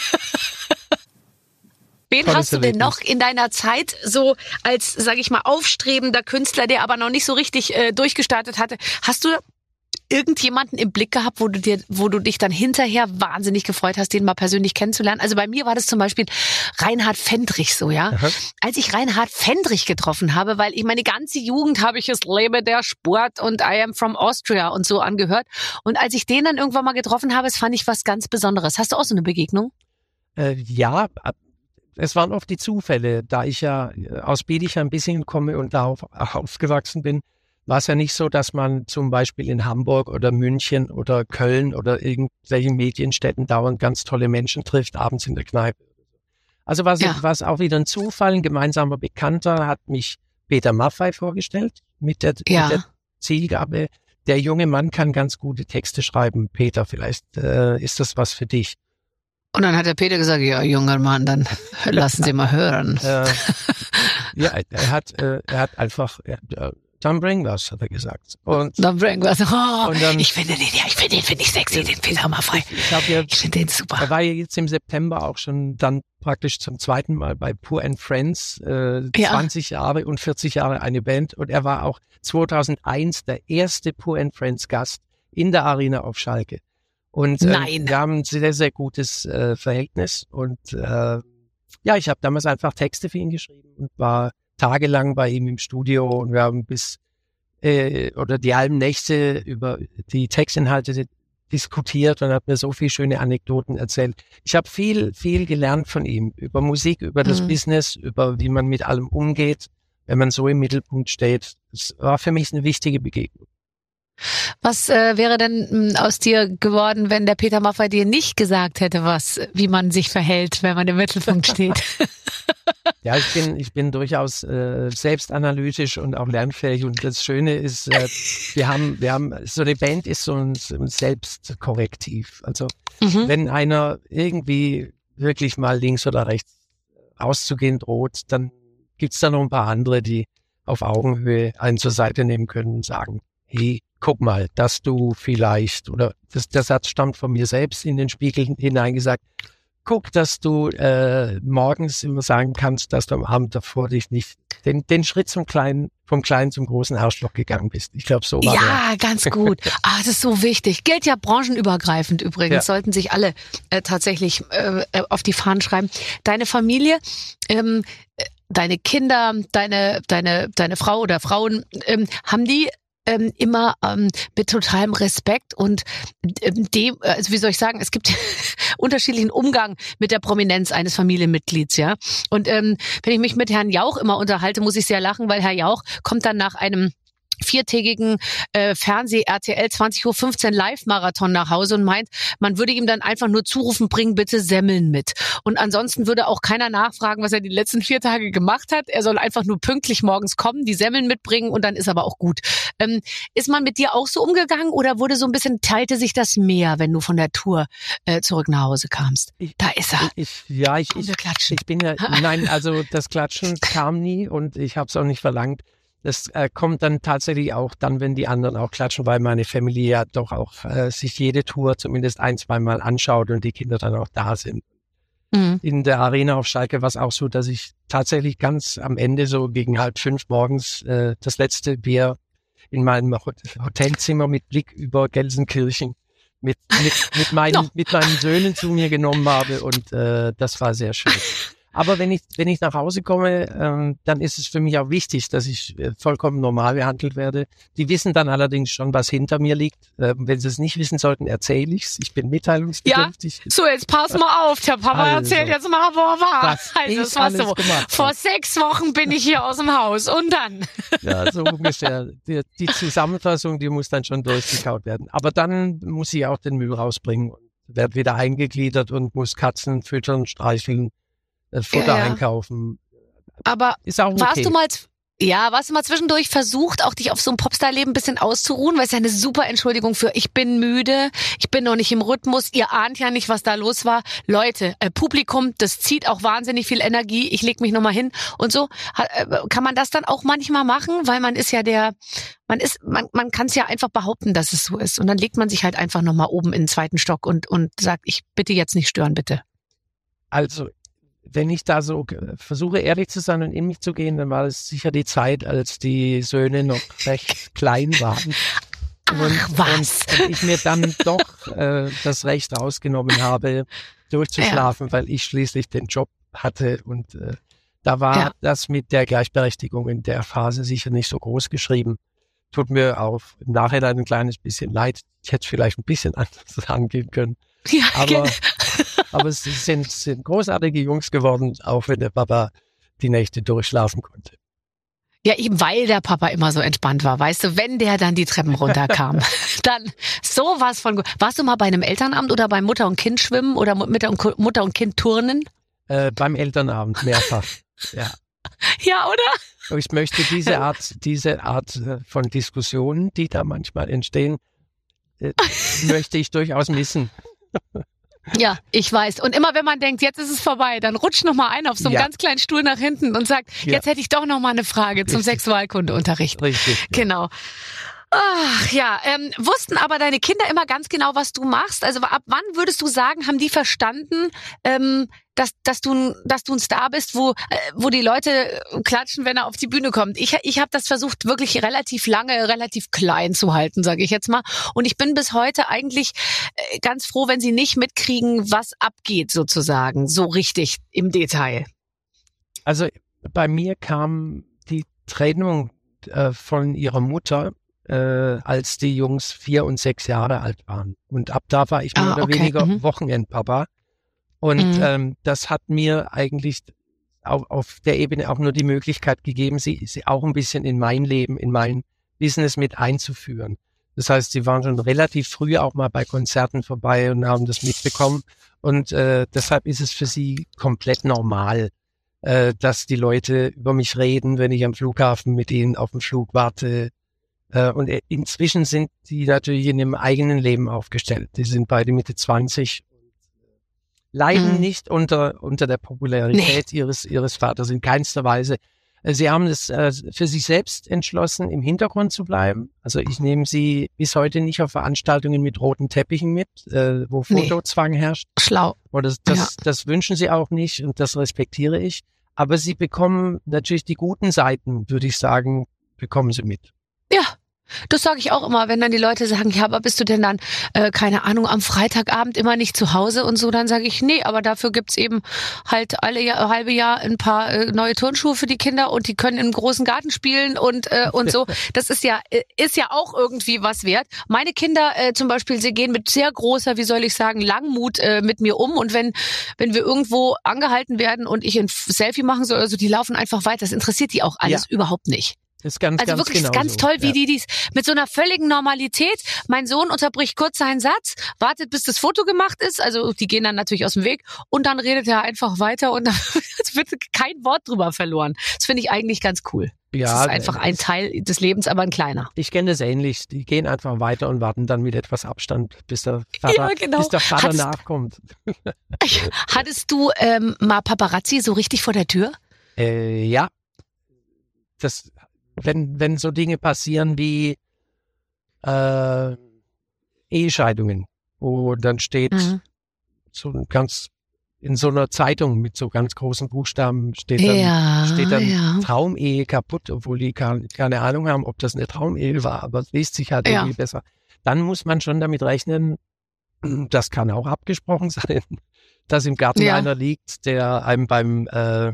Wen hast du denn noch in deiner Zeit so als, sage ich mal, aufstrebender Künstler, der aber noch nicht so richtig durchgestartet hatte? Hast du irgendjemanden im Blick gehabt, wo du dich dann hinterher wahnsinnig gefreut hast, den mal persönlich kennenzulernen? Also bei mir war das zum Beispiel Reinhard Fendrich so, ja. Aha. Als ich Reinhard Fendrich getroffen habe, weil ich meine ganze Jugend habe ich es Lebe der Sport und I am from Austria und so angehört. Und als ich den dann irgendwann mal getroffen habe, das fand ich was ganz Besonderes. Hast du auch so eine Begegnung? Ja, es waren oft die Zufälle, da ich ja aus Bietigheim ein bisschen komme und da aufgewachsen bin, war es ja nicht so, dass man zum Beispiel in Hamburg oder München oder Köln oder irgendwelchen Medienstädten dauernd ganz tolle Menschen trifft, abends in der Kneipe. Also war es auch wieder ein Zufall. Ein gemeinsamer Bekannter hat mich Peter Maffay vorgestellt mit der Zielgabe, der junge Mann kann ganz gute Texte schreiben. Peter, vielleicht ist das was für dich. Und dann hat der Peter gesagt, ja, junger Mann, dann lassen Sie mal hören. Er hat einfach, dann bring was, hat er gesagt. Und dann bring was. Ich finde den sexy, den Peter Maffay. Ich finde den super. Er war ja jetzt im September auch schon dann praktisch zum zweiten Mal bei Pur and Friends, 20 Jahre und 40 Jahre eine Band. Und er war auch 2001 der erste Pur and Friends Gast in der Arena auf Schalke. Und wir haben ein sehr, sehr gutes Verhältnis. Und ich habe damals einfach Texte für ihn geschrieben und war tagelang bei ihm im Studio. Und wir haben die halben Nächte über die Textinhalte diskutiert und hat mir so viele schöne Anekdoten erzählt. Ich habe viel, viel gelernt von ihm über Musik, über das Business, über wie man mit allem umgeht, wenn man so im Mittelpunkt steht. Das war für mich eine wichtige Begegnung. Was wäre denn aus dir geworden, wenn der Peter Maffay dir nicht gesagt hätte, wie man sich verhält, wenn man im Mittelpunkt steht? Ja, ich bin durchaus selbstanalytisch und auch lernfähig. Und das Schöne ist, wir haben so eine Band ist so ein Selbstkorrektiv. Also wenn einer irgendwie wirklich mal links oder rechts auszugehen droht, dann gibt's da noch ein paar andere, die auf Augenhöhe einen zur Seite nehmen können und sagen, hey, guck mal, dass du vielleicht, oder der Satz stammt von mir selbst in den Spiegel hineingesagt, guck, dass du morgens immer sagen kannst, dass du am Abend davor dich nicht den Schritt vom Kleinen zum großen Arschloch gegangen bist. Ich glaube, so war Ja, ganz gut. Das ist so wichtig. Gilt ja branchenübergreifend übrigens. Sollten sich alle tatsächlich auf die Fahnen schreiben. Deine Familie, deine Kinder, deine Frau oder Frauen, haben die immer mit totalem Respekt und also wie soll ich sagen, es gibt unterschiedlichen Umgang mit der Prominenz eines Familienmitglieds, ja. Und wenn ich mich mit Herrn Jauch immer unterhalte, muss ich sehr lachen, weil Herr Jauch kommt dann nach einem 4-tägigen Fernseh-RTL 20:15 Uhr Live-Marathon nach Hause und meint, man würde ihm dann einfach nur zurufen, bring bitte Semmeln mit. Und ansonsten würde auch keiner nachfragen, was er die letzten 4 Tage gemacht hat. Er soll einfach nur pünktlich morgens kommen, die Semmeln mitbringen und dann ist aber auch gut. Ist man mit dir auch so umgegangen oder teilte sich das mehr, wenn du von der Tour zurück nach Hause kamst? Da ist er. Ich bin ja, nein, also das Klatschen kam nie und ich habe es auch nicht verlangt. Das kommt dann tatsächlich auch dann, wenn die anderen auch klatschen, weil meine Familie ja doch auch sich jede Tour zumindest 1-2 Mal anschaut und die Kinder dann auch da sind. Mhm. In der Arena auf Schalke war es auch so, dass ich tatsächlich ganz am Ende so gegen 4:30 morgens das letzte Bier in meinem Hotelzimmer mit Blick über Gelsenkirchen mit meinen Söhnen zu mir genommen habe und das war sehr schön. Aber wenn ich nach Hause komme, dann ist es für mich auch wichtig, dass ich vollkommen normal behandelt werde. Die wissen dann allerdings schon, was hinter mir liegt. Wenn sie es nicht wissen sollten, erzähle ich's. Ich bin mitteilungsbedürftig. Ja, so jetzt pass mal auf. Der Papa erzählt jetzt mal, wo er war. Es war so. Vor 6 Wochen bin ich hier aus dem Haus und dann. Ja, so ungefähr. Die Zusammenfassung, die muss dann schon durchgekaut werden. Aber dann muss ich auch den Müll rausbringen und werde wieder eingegliedert und muss Katzen füttern, streicheln. Futter einkaufen. Aber ist auch okay. Warst du mal zwischendurch versucht, auch dich auf so ein Popstar-Leben ein bisschen auszuruhen? Weil es ja eine super Entschuldigung für, ich bin müde, ich bin noch nicht im Rhythmus, ihr ahnt ja nicht, was da los war. Leute, Publikum, das zieht auch wahnsinnig viel Energie, ich leg mich nochmal hin und so. Kann man das dann auch manchmal machen? Weil man ist ja man kann es ja einfach behaupten, dass es so ist. Und dann legt man sich halt einfach nochmal oben in den 2. Stock und sagt, ich bitte jetzt nicht stören, bitte. Also, wenn ich da so versuche, ehrlich zu sein und in mich zu gehen, dann war es sicher die Zeit, als die Söhne noch recht klein waren. Und ich mir dann doch das Recht rausgenommen habe, durchzuschlafen, weil ich schließlich den Job hatte. Und da war das mit der Gleichberechtigung in der Phase sicher nicht so groß geschrieben. Tut mir auch im Nachhinein ein kleines bisschen leid. Ich hätte vielleicht ein bisschen anders angehen können. Ja, aber es sind großartige Jungs geworden, auch wenn der Papa die Nächte durchschlafen konnte. Ja, eben weil der Papa immer so entspannt war, weißt du, wenn der dann die Treppen runterkam, dann sowas von gut. Warst du mal bei einem Elternabend oder beim Mutter- und Kind schwimmen oder Mutter- und Kind turnen? Beim Elternabend mehrfach, ja. Ja, oder? Ich möchte diese Art von Diskussionen, die da manchmal entstehen, möchte ich durchaus missen. Ja, ich weiß. Und immer wenn man denkt, jetzt ist es vorbei, dann rutscht noch mal einer auf so einem ganz kleinen Stuhl nach hinten und sagt, jetzt hätte ich doch noch mal eine Frage zum Sexualkundeunterricht. Richtig. Genau. Ach ja, wussten aber deine Kinder immer ganz genau, was du machst? Also ab wann würdest du sagen, haben die verstanden, dass du ein Star bist, wo die Leute klatschen, wenn er auf die Bühne kommt? Ich habe das versucht, wirklich relativ lange, relativ klein zu halten, sage ich jetzt mal. Und ich bin bis heute eigentlich ganz froh, wenn sie nicht mitkriegen, was abgeht sozusagen, so richtig im Detail. Also bei mir kam die Trennung von ihrer Mutter, als die Jungs 4 und 6 Jahre alt waren. Und ab da war ich mehr oder weniger Wochenendpapa. Und das hat mir eigentlich auf der Ebene auch nur die Möglichkeit gegeben, sie auch ein bisschen in mein Leben, in mein Business mit einzuführen. Das heißt, sie waren schon relativ früh auch mal bei Konzerten vorbei und haben das mitbekommen. Und deshalb ist es für sie komplett normal, dass die Leute über mich reden, wenn ich am Flughafen mit ihnen auf dem Flug warte. Und inzwischen sind die natürlich in ihrem eigenen Leben aufgestellt. Die sind beide Mitte 20 und leiden nicht unter der Popularität ihres Vaters in keinster Weise. Sie haben es für sich selbst entschlossen, im Hintergrund zu bleiben. Also ich nehme sie bis heute nicht auf Veranstaltungen mit roten Teppichen mit, wo Fotozwang herrscht. Schlau. Oder das wünschen sie auch nicht und das respektiere ich. Aber sie bekommen natürlich die guten Seiten, würde ich sagen, bekommen sie mit. Ja. Das sage ich auch immer, wenn dann die Leute sagen, ja, aber bist du denn dann, keine Ahnung, am Freitagabend immer nicht zu Hause und so, dann sage ich, nee, aber dafür gibt's eben halt halbe Jahr ein paar neue Turnschuhe für die Kinder und die können im großen Garten spielen und so. Das ist ja auch irgendwie was wert. Meine Kinder zum Beispiel, sie gehen mit sehr großer, wie soll ich sagen, Langmut mit mir um und wenn wir irgendwo angehalten werden und ich ein Selfie machen soll oder so, die laufen einfach weiter. Das interessiert die auch alles überhaupt nicht. Das ist ganz, also ganz wirklich genau ganz so. toll, wie die dies mit so einer völligen Normalität. Mein Sohn unterbricht kurz seinen Satz, wartet, bis das Foto gemacht ist. Also die gehen dann natürlich aus dem Weg und dann redet er einfach weiter und dann wird kein Wort drüber verloren. Das finde ich eigentlich ganz cool. Ja, das ist einfach ein Teil des Lebens, aber ein kleiner. Ich kenne das ähnlich. Die gehen einfach weiter und warten dann mit etwas Abstand, bis der Vater nachkommt. Hattest du mal Paparazzi so richtig vor der Tür? Ja. Wenn so Dinge passieren wie Ehescheidungen, wo dann steht in so einer Zeitung mit so ganz großen Buchstaben steht dann Traumehe kaputt, obwohl die keine Ahnung haben, ob das eine Traumehe war, aber es liest sich halt irgendwie besser. Dann muss man schon damit rechnen, das kann auch abgesprochen sein, dass im Garten einer liegt, der einem beim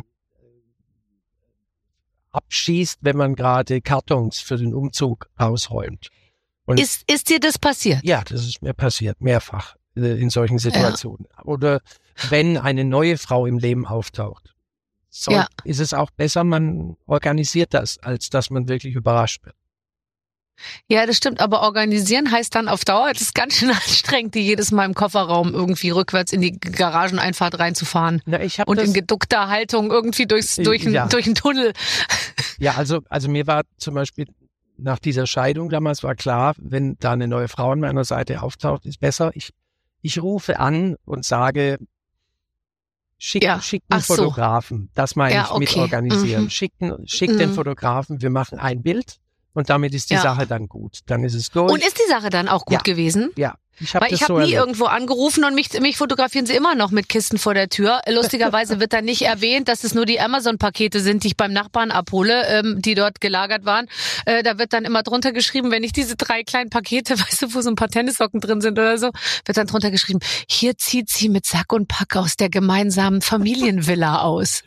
abschießt, wenn man gerade Kartons für den Umzug ausräumt. Und ist dir das passiert? Ja, das ist mir passiert, mehrfach in solchen Situationen. Ja. Oder wenn eine neue Frau im Leben auftaucht, ist es auch besser, man organisiert das, als dass man wirklich überrascht wird. Ja, das stimmt, aber organisieren heißt dann auf Dauer, das ist ganz schön anstrengend, die jedes Mal im Kofferraum irgendwie rückwärts in die Garageneinfahrt reinzufahren. Und in geduckter Haltung irgendwie durch einen Tunnel. Ja, also mir war zum Beispiel nach dieser Scheidung damals war klar, wenn da eine neue Frau an meiner Seite auftaucht, ist besser. Ich rufe an und sage, schick einen Fotografen. Das meine ich mit organisieren. Schick den Fotografen, wir machen ein Bild. Und damit ist die Sache dann gut. Dann ist es durch. Und ist die Sache dann auch gut gewesen? Ja. Ich habe nie irgendwo angerufen und mich fotografieren sie immer noch mit Kisten vor der Tür. Lustigerweise wird dann nicht erwähnt, dass es nur die Amazon-Pakete sind, die ich beim Nachbarn abhole, die dort gelagert waren. Da wird dann immer drunter geschrieben, wenn ich diese 3 kleinen Pakete, weißt du, wo so ein paar Tennissocken drin sind oder so, wird dann drunter geschrieben, hier zieht sie mit Sack und Pack aus der gemeinsamen Familienvilla aus.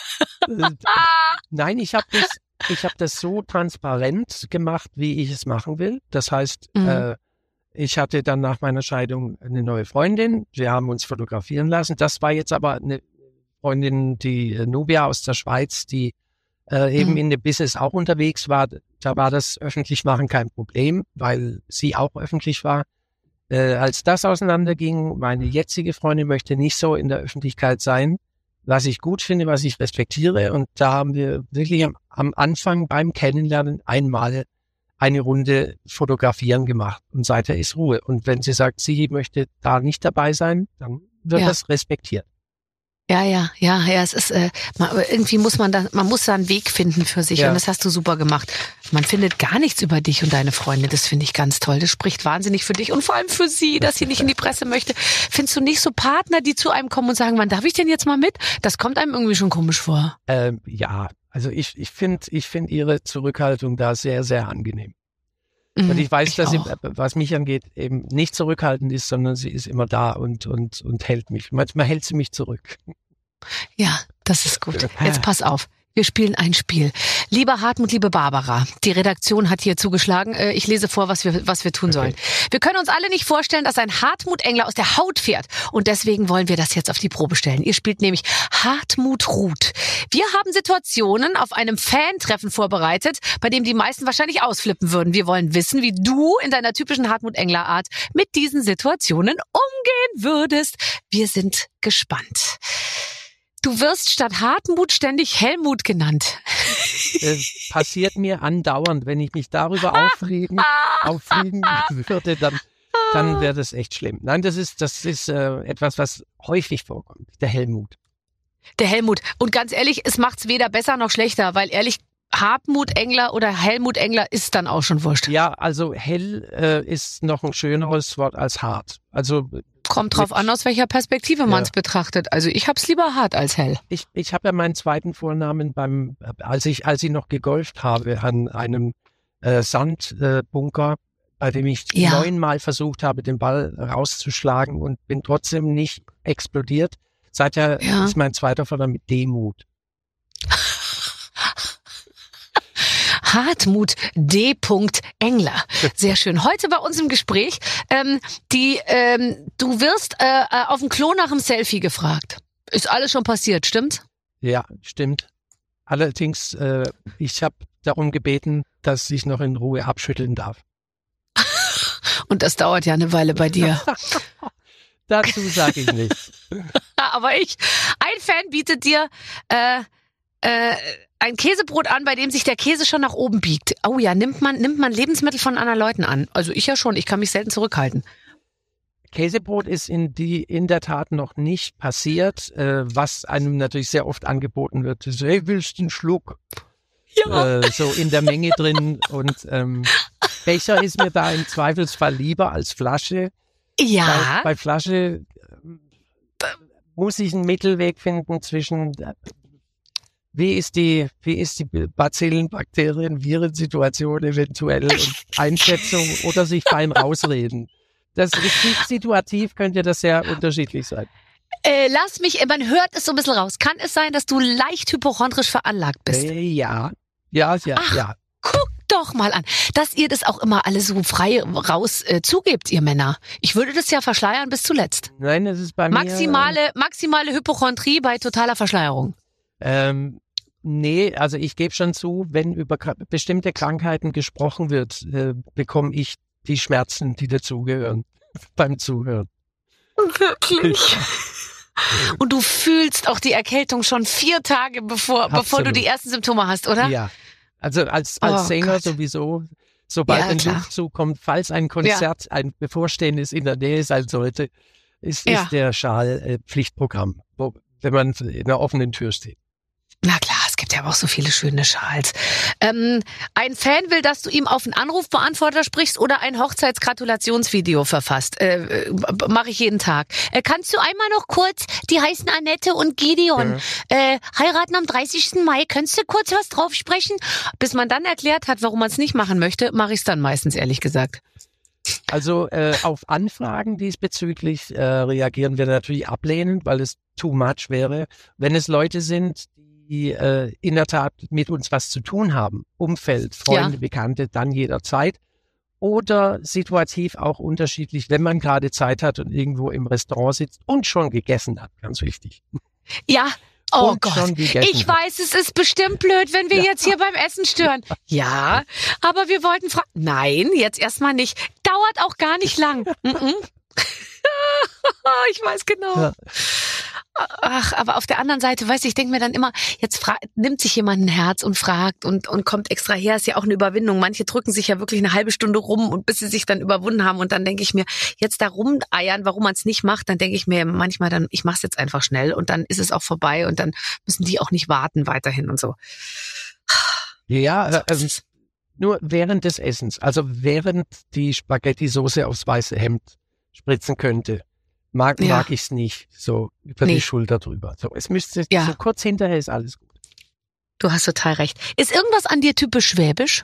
Nein, ich habe das so transparent gemacht, wie ich es machen will. Das heißt, ich hatte dann nach meiner Scheidung eine neue Freundin. Wir haben uns fotografieren lassen. Das war jetzt aber eine Freundin, die Nubia aus der Schweiz, die eben in dem Business auch unterwegs war. Da war das Öffentlichmachen kein Problem, weil sie auch öffentlich war. Als das auseinanderging, meine jetzige Freundin möchte nicht so in der Öffentlichkeit sein, was ich gut finde, was ich respektiere. Und da haben wir wirklich am Anfang beim Kennenlernen einmal eine Runde Fotografieren gemacht. Und seither ist Ruhe. Und wenn sie sagt, sie möchte da nicht dabei sein, dann wird das respektiert. Ja, es ist, irgendwie muss man muss da einen Weg finden für sich und das hast du super gemacht. Man findet gar nichts über dich und deine Freunde, das finde ich ganz toll. Das spricht wahnsinnig für dich und vor allem für sie, dass sie nicht in die Presse möchte. Findest du nicht so Partner, die zu einem kommen und sagen, wann darf ich denn jetzt mal mit? Das kommt einem irgendwie schon komisch vor. Ja, also ich finde ihre Zurückhaltung da sehr, sehr angenehm. Und ich weiß, dass sie, was mich angeht, eben nicht zurückhaltend ist, sondern sie ist immer da und hält mich. Manchmal hält sie mich zurück. Ja, das ist gut. Jetzt pass auf. Wir spielen ein Spiel. Lieber Hartmut, liebe Barbara, die Redaktion hat hier zugeschlagen. Ich lese vor, was wir tun sollen. Wir können uns alle nicht vorstellen, dass ein Hartmut Engler aus der Haut fährt. Und deswegen wollen wir das jetzt auf die Probe stellen. Ihr spielt nämlich Hartmut ruht. Wir haben Situationen auf einem Fan-Treffen vorbereitet, bei dem die meisten wahrscheinlich ausflippen würden. Wir wollen wissen, wie du in deiner typischen Hartmut Engler Art mit diesen Situationen umgehen würdest. Wir sind gespannt. Du wirst statt Hartmut ständig Helmut genannt. Es passiert mir andauernd. Wenn ich mich darüber aufregen würde, dann wäre das echt schlimm. Nein, das ist etwas, was häufig vorkommt. Der Helmut. Der Helmut. Und ganz ehrlich, es macht's weder besser noch schlechter, weil ehrlich, Hartmut Engler oder Helmut Engler ist dann auch schon wurscht. Ja, also hell ist noch ein schöneres Wort als hart. Also kommt drauf an, aus welcher Perspektive man es betrachtet. Also ich hab's lieber hart als hell. Ich habe ja meinen zweiten Vornamen als ich noch gegolft habe, an einem Sandbunker, bei dem ich 9-mal versucht habe, den Ball rauszuschlagen und bin trotzdem nicht explodiert. Seither ist mein zweiter Vater mit Demut. Hartmut D. Engler. Sehr schön. Heute bei uns im Gespräch, du wirst auf dem Klo nach dem Selfie gefragt. Ist alles schon passiert, stimmt's? Ja, stimmt. Allerdings, ich habe darum gebeten, dass ich noch in Ruhe abschütteln darf. Und das dauert ja eine Weile bei dir. Dazu sage ich nichts. Aber ein Fan bietet dir ein Käsebrot an, bei dem sich der Käse schon nach oben biegt. Oh ja, nimmt man Lebensmittel von anderen Leuten an? Also ich ja schon, ich kann mich selten zurückhalten. Käsebrot ist in der Tat noch nicht passiert, was einem natürlich sehr oft angeboten wird. So, hey, willst du einen Schluck? Ja. So in der Menge drin. Und Becher ist mir da im Zweifelsfall lieber als Flasche. Ja. Bei Flasche muss ich einen Mittelweg finden zwischen wie ist die Bazillen, Bakterien, Virensituation eventuell und Einschätzung oder sich beim Rausreden. Das ist situativ, könnte das sehr unterschiedlich sein. Man hört es so ein bisschen raus. Kann es sein, dass du leicht hypochondrisch veranlagt bist? Ja. Ach, guck doch mal an, dass ihr das auch immer alle so frei raus zugebt, ihr Männer. Ich würde das ja verschleiern bis zuletzt. Nein, das ist bei maximale Hypochondrie bei totaler Verschleierung. Nee, also ich gebe schon zu, wenn über bestimmte Krankheiten gesprochen wird, bekomme ich die Schmerzen, die dazugehören beim Zuhören. Wirklich? Und du fühlst auch die Erkältung schon 4 Tage bevor du die ersten Symptome hast, oder? Ja, also als Sänger Gott. Sowieso, sobald ein Luftzug kommt, falls ein Konzert, ein bevorstehendes in der Nähe sein sollte, ist der Schal Pflichtprogramm, wenn man in einer offenen Tür steht. Na klar, es gibt ja auch so viele schöne Schals. Ein Fan will, dass du ihm auf einen Anrufbeantworter sprichst oder ein Hochzeitsgratulationsvideo verfasst. Mache ich jeden Tag. Kannst du einmal noch kurz, die heißen Annette und Gideon, heiraten am 30. Mai. Könntest du kurz was drauf sprechen? Bis man dann erklärt hat, warum man es nicht machen möchte, mache ich es dann meistens, ehrlich gesagt. Also auf Anfragen diesbezüglich reagieren wir natürlich ablehnend, weil es too much wäre. Wenn es Leute sind, die in der Tat mit uns was zu tun haben, Umfeld, Freunde, Bekannte, dann jederzeit. Oder situativ auch unterschiedlich, wenn man gerade Zeit hat und irgendwo im Restaurant sitzt und schon gegessen hat, ganz wichtig. Ja, oh Gott, ich weiß, es ist bestimmt blöd, wenn wir jetzt hier beim Essen stören. Ja, aber wir wollten fragen. Nein, jetzt erstmal nicht. Dauert auch gar nicht lang. Ich weiß genau. Ja. Ach, aber auf der anderen Seite, ich denke mir dann immer, jetzt nimmt sich jemand ein Herz und fragt und kommt extra her, ist ja auch eine Überwindung. Manche drücken sich ja wirklich eine halbe Stunde rum und bis sie sich dann überwunden haben und dann denke ich mir, jetzt da rumeiern, warum man es nicht macht, dann denke ich mir manchmal dann, ich mache es jetzt einfach schnell und dann ist es auch vorbei und dann müssen die auch nicht warten weiterhin und so. Ja, nur während des Essens, also während die Spaghetti-Soße aufs weiße Hemd spritzen könnte, mag ich es nicht, so über die Schulter drüber. So, es müsste so kurz hinterher ist alles gut. Du hast total recht. Ist irgendwas an dir typisch schwäbisch?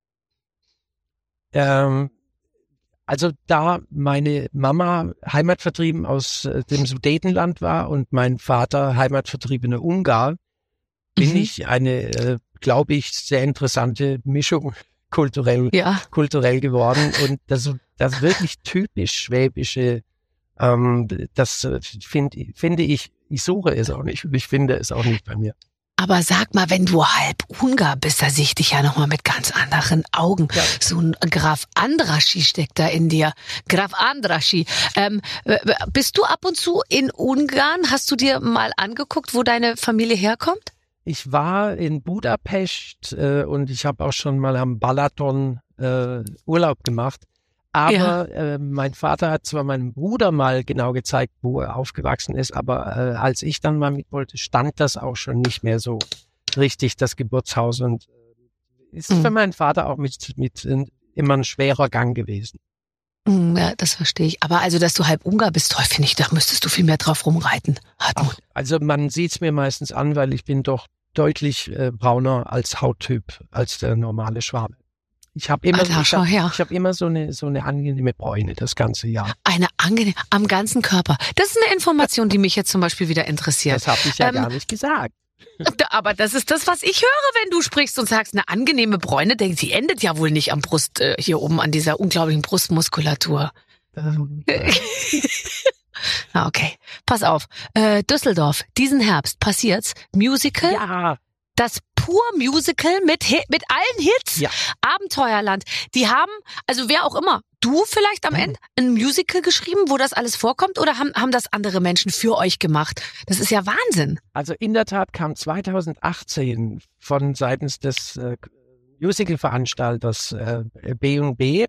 Also da meine Mama heimatvertrieben aus dem Sudetenland war und mein Vater heimatvertriebener Ungar, bin ich eine, glaube ich, sehr interessante Mischung kulturell geworden. Und das wirklich typisch schwäbische, das finde ich suche es auch nicht und ich finde es auch nicht bei mir. Aber sag mal, wenn du halb Ungar bist, da sehe ich dich ja nochmal mit ganz anderen Augen. Ja. So ein Graf Andrassy steckt da in dir. Graf Andrassy. Bist du ab und zu in Ungarn? Hast du dir mal angeguckt, wo deine Familie herkommt? Ich war in Budapest und ich habe auch schon mal am Balaton Urlaub gemacht. Aber mein Vater hat zwar meinem Bruder mal genau gezeigt, wo er aufgewachsen ist, aber als ich dann mal mit wollte, stand das auch schon nicht mehr so richtig, das Geburtshaus. Und ist für meinen Vater auch mit immer ein schwerer Gang gewesen. Ja, das verstehe ich. Aber also, dass du halb Ungar bist, finde ich, da müsstest du viel mehr drauf rumreiten. Ach, also man sieht es mir meistens an, weil ich bin doch deutlich brauner als Hauttyp als der normale Schwabe. Ich habe immer so eine angenehme Bräune das ganze Jahr. Eine angenehme, am ganzen Körper. Das ist eine Information, die mich jetzt zum Beispiel wieder interessiert. Das habe ich ja gar nicht gesagt. Aber das ist das, was ich höre, wenn du sprichst und sagst, eine angenehme Bräune, die endet ja wohl nicht am Brust, hier oben an dieser unglaublichen Brustmuskulatur. Okay, pass auf. Düsseldorf, diesen Herbst passiert's. Musical. Ja. Das Pur-Musical mit allen Hits. Ja. Abenteuerland. Die haben, also wer auch immer, du vielleicht am Ende, ein Musical geschrieben, wo das alles vorkommt, oder haben das andere Menschen für euch gemacht? Das ist ja Wahnsinn. Also in der Tat kam 2018 von seitens des Musical-Veranstalters B&B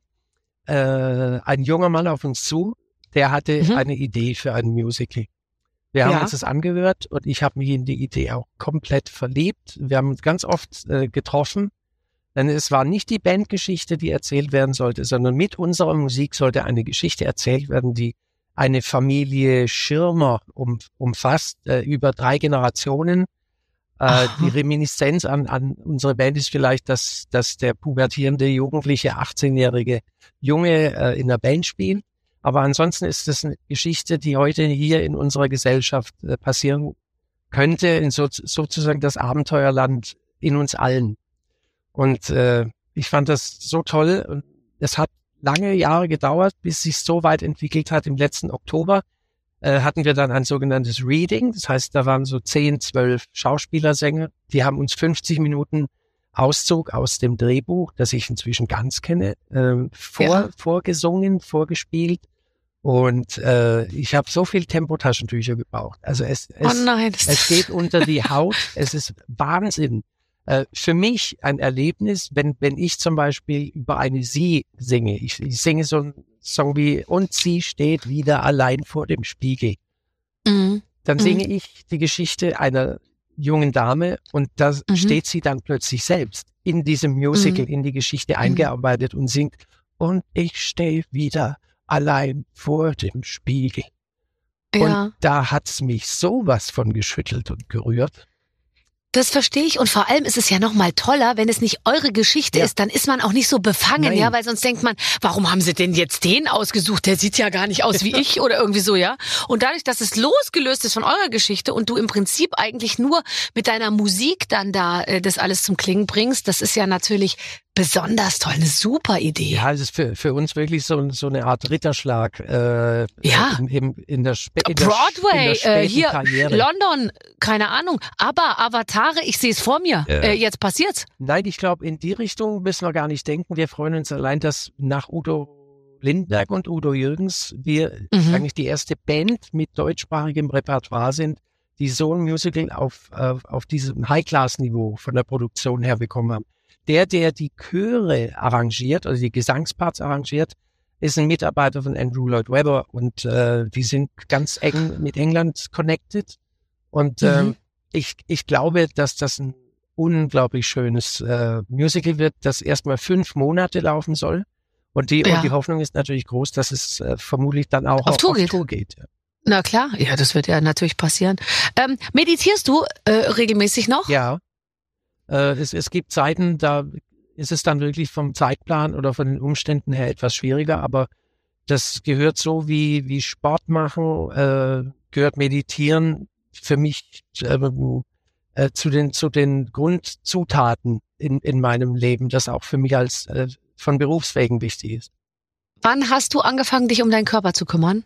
ein junger Mann auf uns zu, der hatte eine Idee für ein Musical. Wir haben uns das angehört und ich habe mich in die Idee auch komplett verliebt. Wir haben uns ganz oft getroffen, denn es war nicht die Bandgeschichte, die erzählt werden sollte, sondern mit unserer Musik sollte eine Geschichte erzählt werden, die eine Familie Schirmer umfasst, über 3 Generationen. Die Reminiszenz an unsere Band ist vielleicht, dass der pubertierende Jugendliche, 18-jährige Junge in der Band spielt. Aber ansonsten ist das eine Geschichte, die heute hier in unserer Gesellschaft passieren könnte, in sozusagen das Abenteuerland in uns allen. Und ich fand das so toll. Und es hat lange Jahre gedauert, bis sich so weit entwickelt hat. Im letzten Oktober hatten wir dann ein sogenanntes Reading. Das heißt, da waren so 10, 12 Schauspielersänger. Die haben uns 50 Minuten Auszug aus dem Drehbuch, das ich inzwischen ganz kenne, vorgesungen, vorgespielt. Und ich habe so viel Tempotaschentücher gebraucht. Also es geht unter die Haut. Es ist Wahnsinn. Für mich ein Erlebnis, wenn ich zum Beispiel über eine Sie singe. Ich singe so einen Song wie "Und sie steht wieder allein vor dem Spiegel". Dann singe ich die Geschichte einer jungen Dame und da steht sie dann plötzlich selbst in diesem Musical, in die Geschichte eingearbeitet und singt "Und ich stehe wieder allein vor dem Spiegel". Ja. Und da hat's mich sowas von geschüttelt und gerührt. Das verstehe ich, und vor allem ist es ja noch mal toller, wenn es nicht eure Geschichte ist, dann ist man auch nicht so befangen, ja, weil sonst denkt man, warum haben sie denn jetzt den ausgesucht? Der sieht ja gar nicht aus wie ich oder irgendwie so, ja. Und dadurch, dass es losgelöst ist von eurer Geschichte und du im Prinzip eigentlich nur mit deiner Musik dann da das alles zum Klingen bringst, das ist ja natürlich besonders toll, eine super Idee. Ja, es ist für uns wirklich so eine Art Ritterschlag in der Broadway, hier Karriere. London, keine Ahnung, aber Avatare, ich sehe es vor mir, jetzt passiert's. Nein, ich glaube, in die Richtung müssen wir gar nicht denken. Wir freuen uns allein, dass nach Udo Lindenberg und Udo Jürgens wir eigentlich die erste Band mit deutschsprachigem Repertoire sind, die so ein Musical auf diesem High-Class-Niveau von der Produktion her bekommen haben. Der die Chöre arrangiert, also die Gesangsparts arrangiert, ist ein Mitarbeiter von Andrew Lloyd Webber und die sind ganz eng mit England connected. Und ich glaube, dass das ein unglaublich schönes Musical wird, das erstmal 5 Monate laufen soll. Und die Hoffnung ist natürlich groß, dass es vermutlich dann auch auf Tour geht. Ja. Na klar, ja, das wird ja natürlich passieren. Meditierst du regelmäßig noch? Ja. Es gibt Zeiten, da ist es dann wirklich vom Zeitplan oder von den Umständen her etwas schwieriger, aber das gehört so wie Sport machen, gehört Meditieren für mich zu den Grundzutaten in meinem Leben, das auch für mich als von Berufswegen wichtig ist. Wann hast du angefangen, dich um deinen Körper zu kümmern?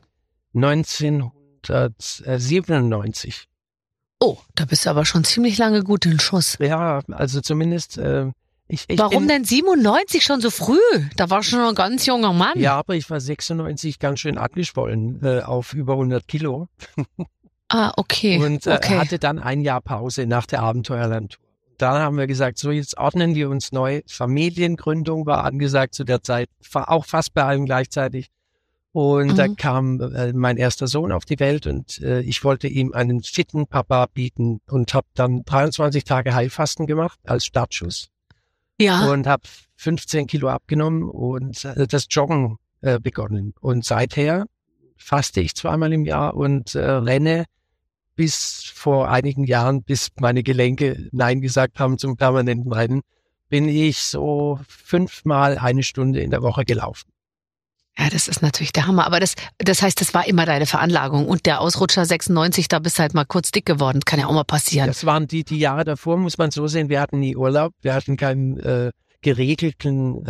1997. Oh, da bist du aber schon ziemlich lange gut in Schuss. Ja, also zumindest Warum denn 97 schon so früh? Da war schon ein ganz junger Mann. Ja, aber ich war 96 ganz schön angeschwollen auf über 100 Kilo. Okay. Und hatte dann ein Jahr Pause nach der Abenteuerlandtour. Dann haben wir gesagt, so jetzt ordnen wir uns neu. Familiengründung war angesagt zu der Zeit, auch fast bei allem gleichzeitig. Und da kam mein erster Sohn auf die Welt und ich wollte ihm einen fitten Papa bieten und habe dann 23 Tage Heilfasten gemacht als Startschuss. Ja. Und habe 15 Kilo abgenommen und das Joggen begonnen. Und seither faste ich 2-mal im Jahr und renne bis vor einigen Jahren, bis meine Gelenke Nein gesagt haben zum permanenten Rennen, bin ich so 5-mal eine Stunde in der Woche gelaufen. Ja, das ist natürlich der Hammer. Aber das heißt, das war immer deine Veranlagung. Und der Ausrutscher 96, da bist du halt mal kurz dick geworden. Kann ja auch mal passieren. Das waren die Jahre davor, muss man so sehen. Wir hatten nie Urlaub. Wir hatten keinen geregelten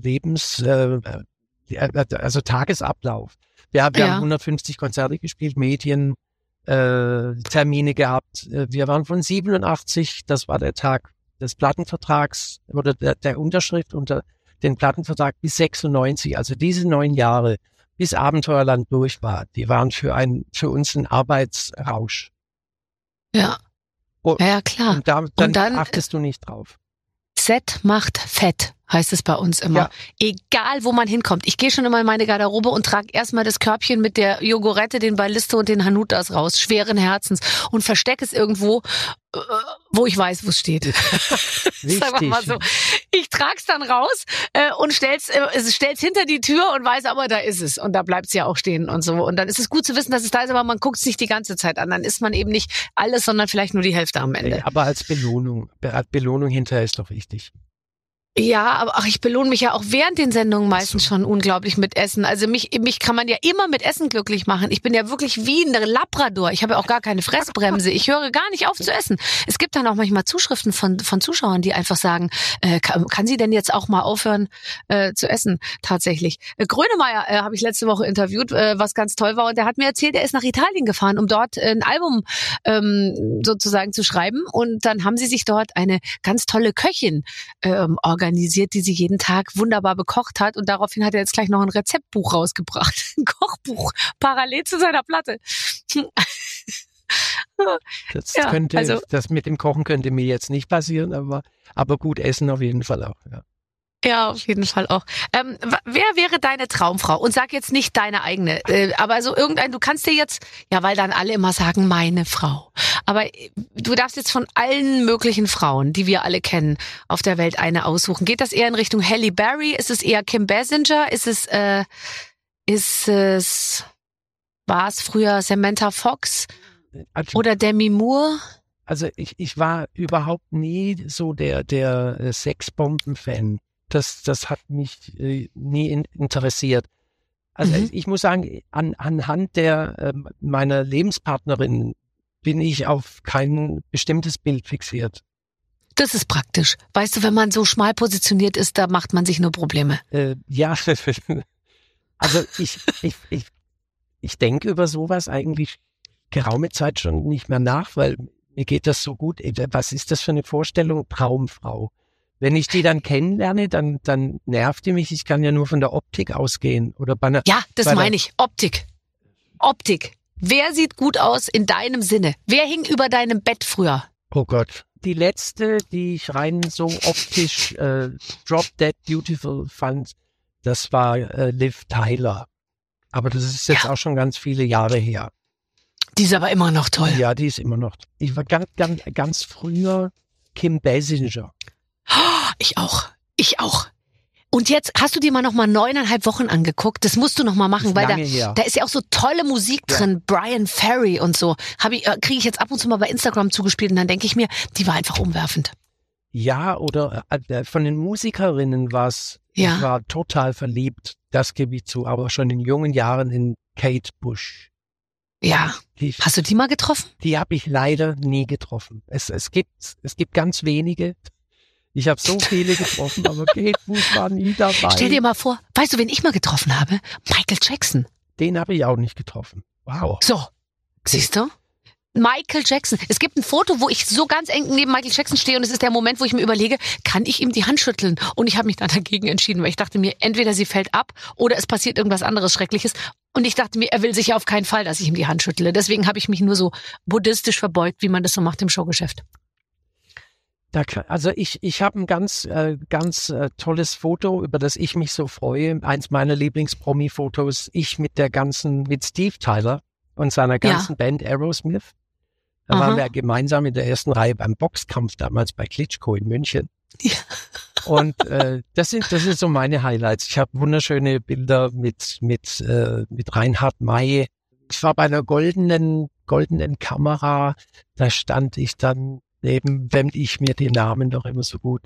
also Tagesablauf. Wir haben 150 Konzerte gespielt, Medien, Termine gehabt. Wir waren von 87, das war der Tag des Plattenvertrags oder der Unterschrift unter den Plattenvertrag bis 96, also diese 9 Jahre, bis Abenteuerland durch war, die waren für uns ein Arbeitsrausch. Ja. Ja, klar. Und dann achtest du nicht drauf. Set macht fett, heißt es bei uns immer. Ja. Egal, wo man hinkommt. Ich gehe schon immer in meine Garderobe und trage erstmal das Körbchen mit der Jogurette, den Ballisto und den Hanutas raus, schweren Herzens, und verstecke es irgendwo, wo ich weiß, wo es steht. Sag mal so. Ich trag's dann raus und stell's hinter die Tür und weiß, aber da ist es. Und da bleibt's ja auch stehen und so. Und dann ist es gut zu wissen, dass es da ist, aber man guckt's nicht die ganze Zeit an. Dann isst man eben nicht alles, sondern vielleicht nur die Hälfte am Ende. Aber als Belohnung hinterher ist doch wichtig. Ja, aber ich belohne mich ja auch während den Sendungen meistens schon unglaublich mit Essen. Also mich kann man ja immer mit Essen glücklich machen. Ich bin ja wirklich wie ein Labrador. Ich habe ja auch gar keine Fressbremse. Ich höre gar nicht auf zu essen. Es gibt dann auch manchmal Zuschriften von Zuschauern, die einfach sagen, kann sie denn jetzt auch mal aufhören zu essen? Tatsächlich. Grönemeyer habe ich letzte Woche interviewt, was ganz toll war. Und der hat mir erzählt, er ist nach Italien gefahren, um dort ein Album sozusagen zu schreiben. Und dann haben sie sich dort eine ganz tolle Köchin organisiert, die sie jeden Tag wunderbar bekocht hat. Und daraufhin hat er jetzt gleich noch ein Rezeptbuch rausgebracht. Ein Kochbuch, parallel zu seiner Platte. Das mit dem Kochen könnte mir jetzt nicht passieren, aber gut essen auf jeden Fall auch, ja. Ja, auf jeden Fall auch. Wer wäre deine Traumfrau? Und sag jetzt nicht deine eigene, aber so du kannst dir jetzt, ja, weil dann alle immer sagen, meine Frau. Aber du darfst jetzt von allen möglichen Frauen, die wir alle kennen, auf der Welt eine aussuchen. Geht das eher in Richtung Halle Berry? Ist es eher Kim Basinger? War es früher Samantha Fox oder Demi Moore? Also ich war überhaupt nie so der Sexbomben-Fan. Das hat mich nie interessiert. Also ich muss sagen, anhand meiner Lebenspartnerin bin ich auf kein bestimmtes Bild fixiert. Das ist praktisch. Weißt du, wenn man so schmal positioniert ist, da macht man sich nur Probleme. Ja, also ich denke über sowas eigentlich geraume Zeit schon nicht mehr nach, weil mir geht das so gut. Was ist das für eine Vorstellung? Traumfrau. Wenn ich die dann kennenlerne, dann nervt die mich. Ich kann ja nur von der Optik ausgehen. Oder ja, das meine ich. Optik. Wer sieht gut aus in deinem Sinne? Wer hing über deinem Bett früher? Oh Gott. Die letzte, die ich rein so optisch Drop Dead Beautiful fand, das war Liv Tyler. Aber das ist jetzt auch schon ganz viele Jahre her. Die ist aber immer noch toll. Ja, die ist immer noch. Ich war ganz früher Kim Basinger. Ich auch. Und jetzt hast du dir mal noch mal 9,5 Wochen angeguckt. Das musst du noch mal machen, weil da ist ja auch so tolle Musik drin. Brian Ferry und so. Kriege ich jetzt ab und zu mal bei Instagram zugespielt und dann denke ich mir, die war einfach umwerfend. Ja, oder von den Musikerinnen war's. Ja. Ich war total verliebt, das gebe ich zu, aber schon in jungen Jahren in Kate Bush. Ja. Hast du die mal getroffen? Die habe ich leider nie getroffen. Es gibt ganz wenige. Ich habe so viele getroffen, aber Kate Bush war nie dabei. Stell dir mal vor, weißt du, wen ich mal getroffen habe? Michael Jackson. Den habe ich auch nicht getroffen. Wow. So, siehst du? Michael Jackson. Es gibt ein Foto, wo ich so ganz eng neben Michael Jackson stehe und es ist der Moment, wo ich mir überlege, kann ich ihm die Hand schütteln? Und ich habe mich dann dagegen entschieden, weil ich dachte mir, entweder sie fällt ab oder es passiert irgendwas anderes Schreckliches. Und ich dachte mir, er will sicher auf keinen Fall, dass ich ihm die Hand schüttle. Deswegen habe ich mich nur so buddhistisch verbeugt, wie man das so macht im Showgeschäft. Also ich habe ein ganz tolles Foto, über das ich mich so freue. Eins meiner Lieblings-Promi-Fotos. Ich mit Steve Tyler und seiner ganzen Band Aerosmith. Da waren wir gemeinsam in der ersten Reihe beim Boxkampf damals bei Klitschko in München. Ja. Und das sind so meine Highlights. Ich habe wunderschöne Bilder mit Reinhard May. Ich war bei einer goldenen Kamera. Da stand ich dann neben, wenn ich mir den Namen doch immer so gut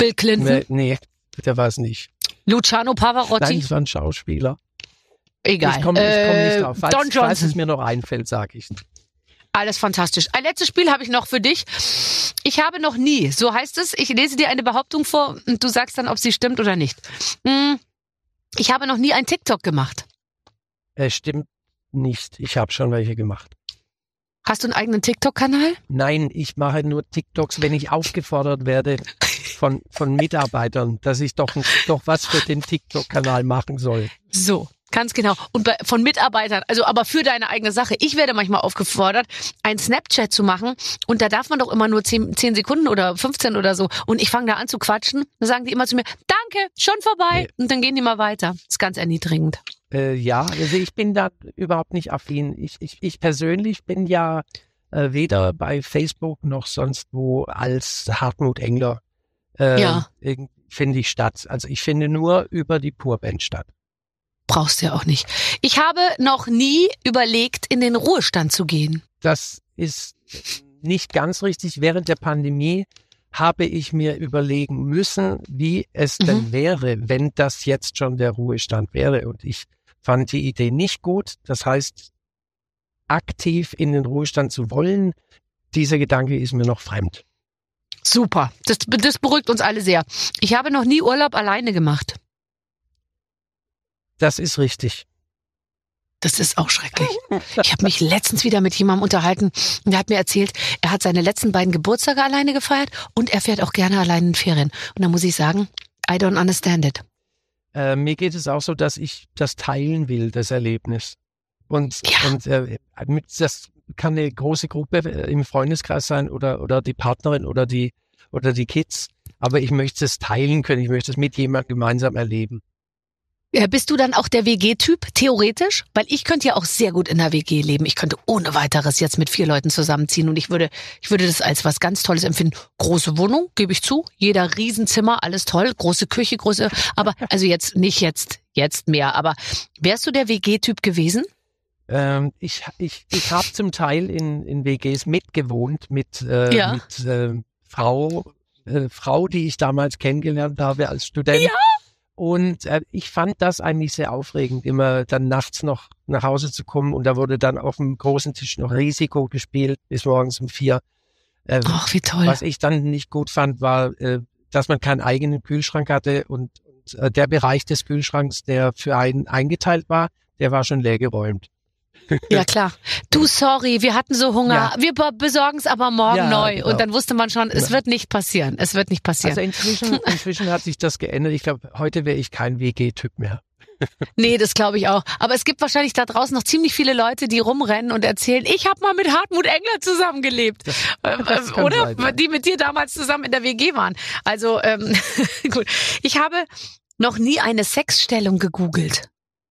Bill Clinton? Nee, der war es nicht. Luciano Pavarotti? Nein, das war ein Schauspieler. Egal. Ich komm nicht drauf. Don Johnson. Falls es mir noch einfällt, sage ich. Alles fantastisch. Ein letztes Spiel habe ich noch für dich. Ich habe noch nie, so heißt es, ich lese dir eine Behauptung vor und du sagst dann, ob sie stimmt oder nicht. Ich habe noch nie ein TikTok gemacht. Stimmt nicht. Ich habe schon welche gemacht. Hast du einen eigenen TikTok-Kanal? Nein, ich mache nur TikToks, wenn ich aufgefordert werde von Mitarbeitern, dass ich doch was für den TikTok-Kanal machen soll. So. Ganz genau. Und von Mitarbeitern, also aber für deine eigene Sache. Ich werde manchmal aufgefordert, ein Snapchat zu machen und da darf man doch immer nur 10 Sekunden oder 15 oder so. Und ich fange da an zu quatschen. Dann sagen die immer zu mir, danke, schon vorbei. Und dann gehen die mal weiter. Ist ganz erniedrigend. Ja, also ich bin da überhaupt nicht affin. Ich persönlich bin ja weder bei Facebook noch sonst wo als Hartmut Engler finde ich statt. Also ich finde nur über die Purband statt. Brauchst du ja auch nicht. Ich habe noch nie überlegt, in den Ruhestand zu gehen. Das ist nicht ganz richtig. Während der Pandemie habe ich mir überlegen müssen, wie es denn wäre, wenn das jetzt schon der Ruhestand wäre. Und ich fand die Idee nicht gut. Das heißt, aktiv in den Ruhestand zu wollen, dieser Gedanke ist mir noch fremd. Super. Das beruhigt uns alle sehr. Ich habe noch nie Urlaub alleine gemacht. Das ist richtig. Das ist auch schrecklich. Ich habe mich letztens wieder mit jemandem unterhalten und der hat mir erzählt, er hat seine letzten beiden Geburtstage alleine gefeiert und er fährt auch gerne alleine in Ferien. Und da muss ich sagen, I don't understand it. Mir geht es auch so, dass ich das teilen will, das Erlebnis. Und das kann eine große Gruppe im Freundeskreis sein oder die Partnerin oder die Kids. Aber ich möchte es teilen können. Ich möchte es mit jemandem gemeinsam erleben. Bist du dann auch der WG-Typ, theoretisch? Weil ich könnte ja auch sehr gut in der WG leben. Ich könnte ohne weiteres jetzt mit 4 Leuten zusammenziehen und ich würde das als was ganz Tolles empfinden. Große Wohnung, gebe ich zu. Jeder Riesenzimmer, alles toll. Große Küche, aber also jetzt nicht jetzt mehr. Aber wärst du der WG-Typ gewesen? Ich habe zum Teil in WGs mitgewohnt mit Frau, die ich damals kennengelernt habe als Student. Ja. Und ich fand das eigentlich sehr aufregend, immer dann nachts noch nach Hause zu kommen und da wurde dann auf dem großen Tisch noch Risiko gespielt bis morgens um 4. Ach, wie toll. Was ich dann nicht gut fand, war, dass man keinen eigenen Kühlschrank hatte und der Bereich des Kühlschranks, der für einen eingeteilt war, der war schon leergeräumt. Ja, klar. Du, sorry, wir hatten so Hunger. Ja. Wir besorgen es aber morgen neu. Genau. Und dann wusste man schon, es wird nicht passieren. Es wird nicht passieren. Also inzwischen hat sich das geändert. Ich glaube, heute wäre ich kein WG-Typ mehr. Nee, das glaube ich auch. Aber es gibt wahrscheinlich da draußen noch ziemlich viele Leute, die rumrennen und erzählen, ich habe mal mit Hartmut Engler zusammengelebt. Das oder? Sein, ja. Die mit dir damals zusammen in der WG waren. Also, gut. Ich habe noch nie eine Sexstellung gegoogelt.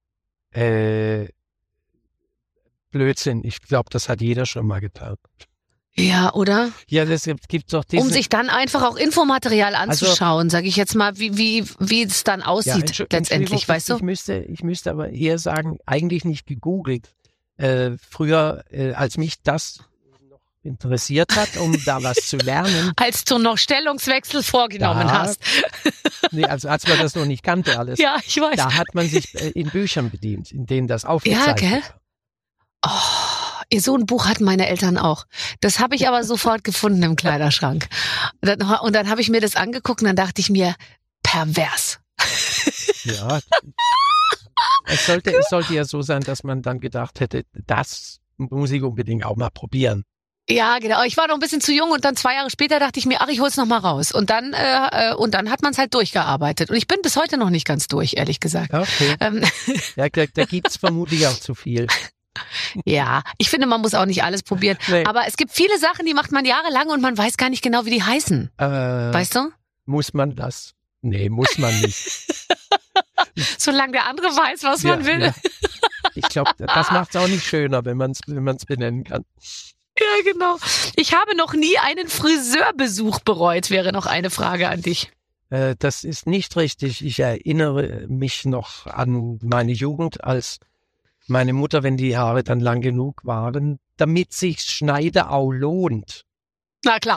Blödsinn. Ich glaube, das hat jeder schon mal getan. Ja, oder? Ja, das gibt doch diesen... Um sich dann einfach auch Infomaterial anzuschauen, sage ich jetzt mal, wie es dann aussieht letztendlich, weißt du? Ich müsste aber eher sagen, eigentlich nicht gegoogelt. Früher, als mich das noch interessiert hat, um da was zu lernen. Als du noch Stellungswechsel vorgenommen hast. Nee, also als man das noch nicht kannte alles. Ja, ich weiß. Da hat man sich in Büchern bedient, in denen das aufgezeichnet war. Ja, gell? Oh, so ein Buch hatten meine Eltern auch. Das habe ich aber sofort gefunden im Kleiderschrank. Und dann habe ich mir das angeguckt und dann dachte ich mir, pervers. Ja, es sollte ja so sein, dass man dann gedacht hätte, das muss ich unbedingt auch mal probieren. Ja, genau. Ich war noch ein bisschen zu jung und dann 2 Jahre später dachte ich mir, ach, ich hol's noch mal raus. Und dann hat man es halt durchgearbeitet. Und ich bin bis heute noch nicht ganz durch, ehrlich gesagt. Okay. Ja, da gibt's vermutlich auch zu viel. Ja, ich finde, man muss auch nicht alles probieren. Nee. Aber es gibt viele Sachen, die macht man jahrelang und man weiß gar nicht genau, wie die heißen. Weißt du? Muss man das? Nee, muss man nicht. Solange der andere weiß, was man will. Ja. Ich glaube, das macht es auch nicht schöner, wenn man es benennen kann. Ja, genau. Ich habe noch nie einen Friseurbesuch bereut, wäre noch eine Frage an dich. Das ist nicht richtig. Ich erinnere mich noch an meine Jugend, als meine Mutter, wenn die Haare dann lang genug waren, damit sich Schneiderau lohnt. Na klar.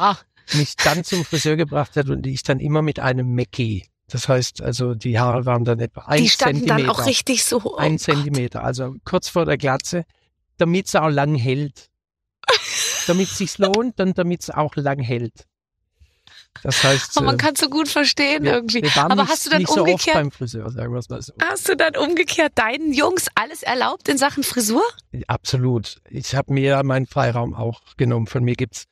mich dann zum Friseur gebracht hat und ich dann immer mit einem Mackie. Das heißt, also die Haare waren dann etwa 1 Zentimeter. Die standen dann auch richtig so. Oh 1 Zentimeter, also kurz vor der Glatze, damit es auch lang hält. Damit es sich lohnt und damit es auch lang hält. Das heißt, man kann es so gut verstehen irgendwie. Aber hast du dann nicht umgekehrt? So oft beim Friseur, sagen wir es mal so. Hast du dann umgekehrt deinen Jungs alles erlaubt in Sachen Frisur? Absolut. Ich habe mir meinen Freiraum auch genommen. Von mir gibt's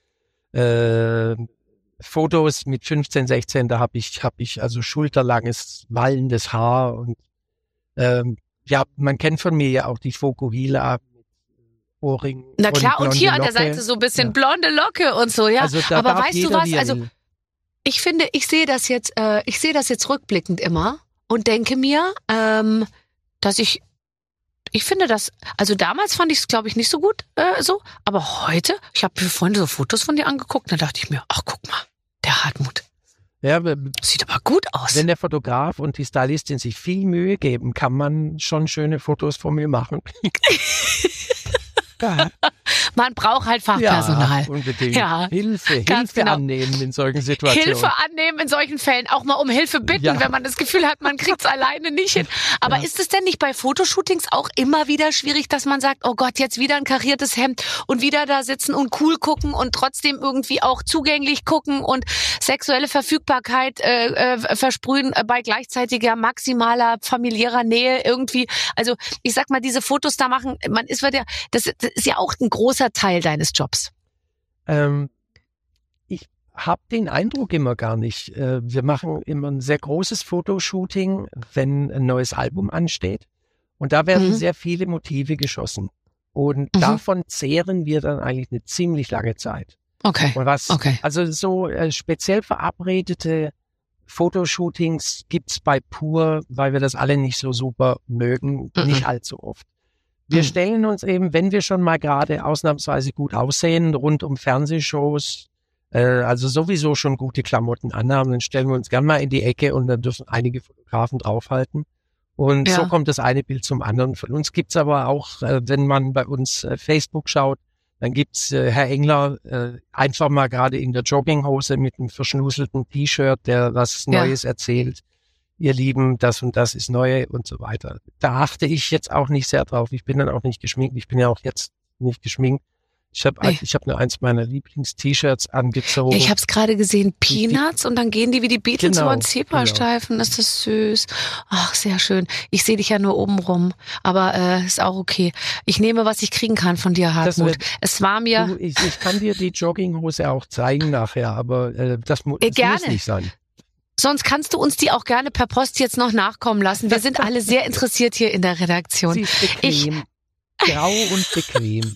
Fotos mit 15, 16. Da habe ich also schulterlanges, wallendes Haar und man kennt von mir ja auch die Fokuhila. Ohrring. Na klar, und hier Locke. An der Seite so ein bisschen blonde Locke und so, ja. Also aber weißt du was? Also ich finde, ich sehe das jetzt rückblickend immer und denke mir, dass ich finde das, also damals fand ich es, glaube ich, nicht so gut so, aber heute, ich habe mir vorhin so Fotos von dir angeguckt, da dachte ich mir, ach guck mal, der Hartmut. Ja, sieht aber gut aus. Wenn der Fotograf und die Stylistin sich viel Mühe geben, kann man schon schöne Fotos von mir machen. Ja. Man braucht halt Fachpersonal. Ja, unbedingt. Ja, Hilfe genau. Annehmen in solchen Situationen. Hilfe annehmen in solchen Fällen, auch mal um Hilfe bitten, wenn man das Gefühl hat, man kriegt es alleine nicht hin. Aber ist es denn nicht bei Fotoshootings auch immer wieder schwierig, dass man sagt, oh Gott, jetzt wieder ein kariertes Hemd und wieder da sitzen und cool gucken und trotzdem irgendwie auch zugänglich gucken und sexuelle Verfügbarkeit versprühen bei gleichzeitiger maximaler familiärer Nähe irgendwie. Also ich sag mal, diese Fotos da machen, das ist ja auch ein großer Teil deines Jobs. Ich habe den Eindruck immer gar nicht. Wir machen immer ein sehr großes Fotoshooting, wenn ein neues Album ansteht. Und da werden sehr viele Motive geschossen. Und davon zehren wir dann eigentlich eine ziemlich lange Zeit. Okay. Und also so speziell verabredete Fotoshootings gibt's bei Pur, weil wir das alle nicht so super mögen, nicht allzu oft. Wir stellen uns eben, wenn wir schon mal gerade ausnahmsweise gut aussehen, rund um Fernsehshows, also sowieso schon gute Klamotten anhaben, dann stellen wir uns gerne mal in die Ecke und dann dürfen einige Fotografen draufhalten. Und so kommt das eine Bild zum anderen. Von uns gibt's aber auch, wenn man bei uns Facebook schaut, dann gibt's Herr Engler einfach mal gerade in der Jogginghose mit einem verschnuselten T-Shirt, der was Neues erzählt. Ihr Lieben, das und das ist neu und so weiter. Da achte ich jetzt auch nicht sehr drauf. Ich bin dann auch nicht geschminkt. Ich bin ja auch jetzt nicht geschminkt. Ich hab nur eins meiner Lieblings-T-Shirts angezogen. Ich habe es gerade gesehen, Peanuts, und dann gehen die wie die Beatles über den Zebrastreifen. Ist das süß. Ach, sehr schön. Ich sehe dich ja nur oben rum, aber ist auch okay. Ich nehme, was ich kriegen kann von dir, Hartmut. Es war mir... Ich kann dir die Jogginghose auch zeigen nachher, aber das muss nicht sein. Sonst kannst du uns die auch gerne per Post jetzt noch nachkommen lassen. Wir sind alle sehr interessiert hier in der Redaktion. Sie ist bequem. Grau und bequem.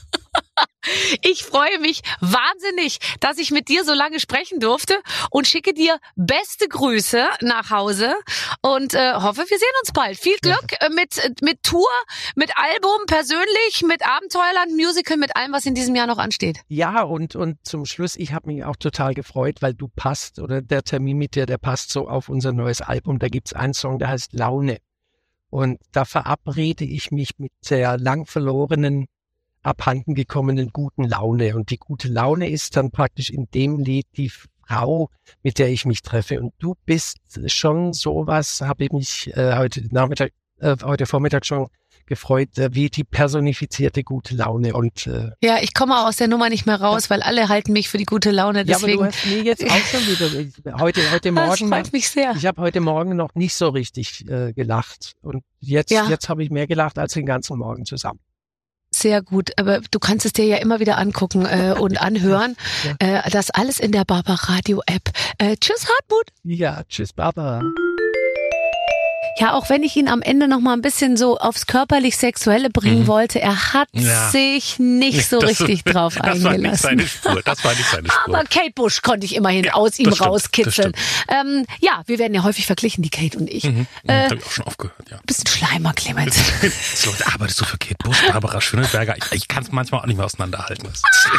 Ich freue mich wahnsinnig, dass ich mit dir so lange sprechen durfte und schicke dir beste Grüße nach Hause und hoffe, wir sehen uns bald. Viel Glück mit Tour, mit Album, persönlich, mit Abenteuerland, Musical, mit allem, was in diesem Jahr noch ansteht. Ja, und zum Schluss, ich habe mich auch total gefreut, weil du passt, oder der Termin mit dir, der passt so auf unser neues Album. Da gibt's einen Song, der heißt Laune. Und da verabrede ich mich mit der lang verlorenen, abhanden gekommenen guten Laune. Und die gute Laune ist dann praktisch in dem Lied die Frau, mit der ich mich treffe. Und du bist schon sowas, habe ich mich heute Vormittag schon gefreut, wie die personifizierte gute Laune. Und ja, ich komme aus der Nummer nicht mehr raus, weil alle halten mich für die gute Laune. Deswegen. Ja, aber du hast mir jetzt auch schon wieder, heute Morgen, das freut mich sehr. Ich habe heute Morgen noch nicht so richtig gelacht. Und jetzt habe ich mehr gelacht als den ganzen Morgen zusammen. Sehr gut, aber du kannst es dir ja immer wieder angucken und anhören. Das alles in der Barbaradio-App. Tschüss, Hartmut. Ja, tschüss, Barbara. Ja, auch wenn ich ihn am Ende noch mal ein bisschen so aufs körperlich-sexuelle bringen wollte, er hat sich nicht so richtig drauf eingelassen. Das war nicht seine Spur. Aber Kate Bush konnte ich immerhin aus ihm rauskitzeln. Ja, wir werden ja häufig verglichen, die Kate und ich. Hab ich auch schon aufgehört, ja. Bist du Schleimer, Clemens? So, arbeitest du für Kate Bush, Barbara Schöneberger? Ich kann es manchmal auch nicht mehr auseinanderhalten.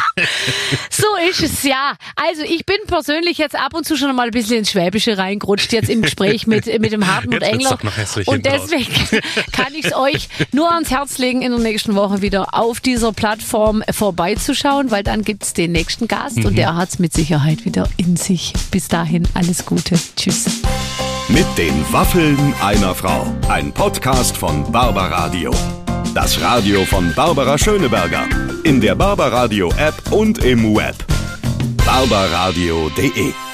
So ist es, ja. Also ich bin persönlich jetzt ab und zu schon mal ein bisschen ins Schwäbische reingerutscht, jetzt im Gespräch mit dem Hartmut Engler. noch hässlich. Und deswegen kann ich es euch nur ans Herz legen, in der nächsten Woche wieder auf dieser Plattform vorbeizuschauen, weil dann gibt es den nächsten Gast und der hat es mit Sicherheit wieder in sich. Bis dahin, alles Gute. Tschüss. Mit den Waffeln einer Frau. Ein Podcast von Barbaradio. Das Radio von Barbara Schöneberger. In der Barbaradio App und im Web. barbaradio.de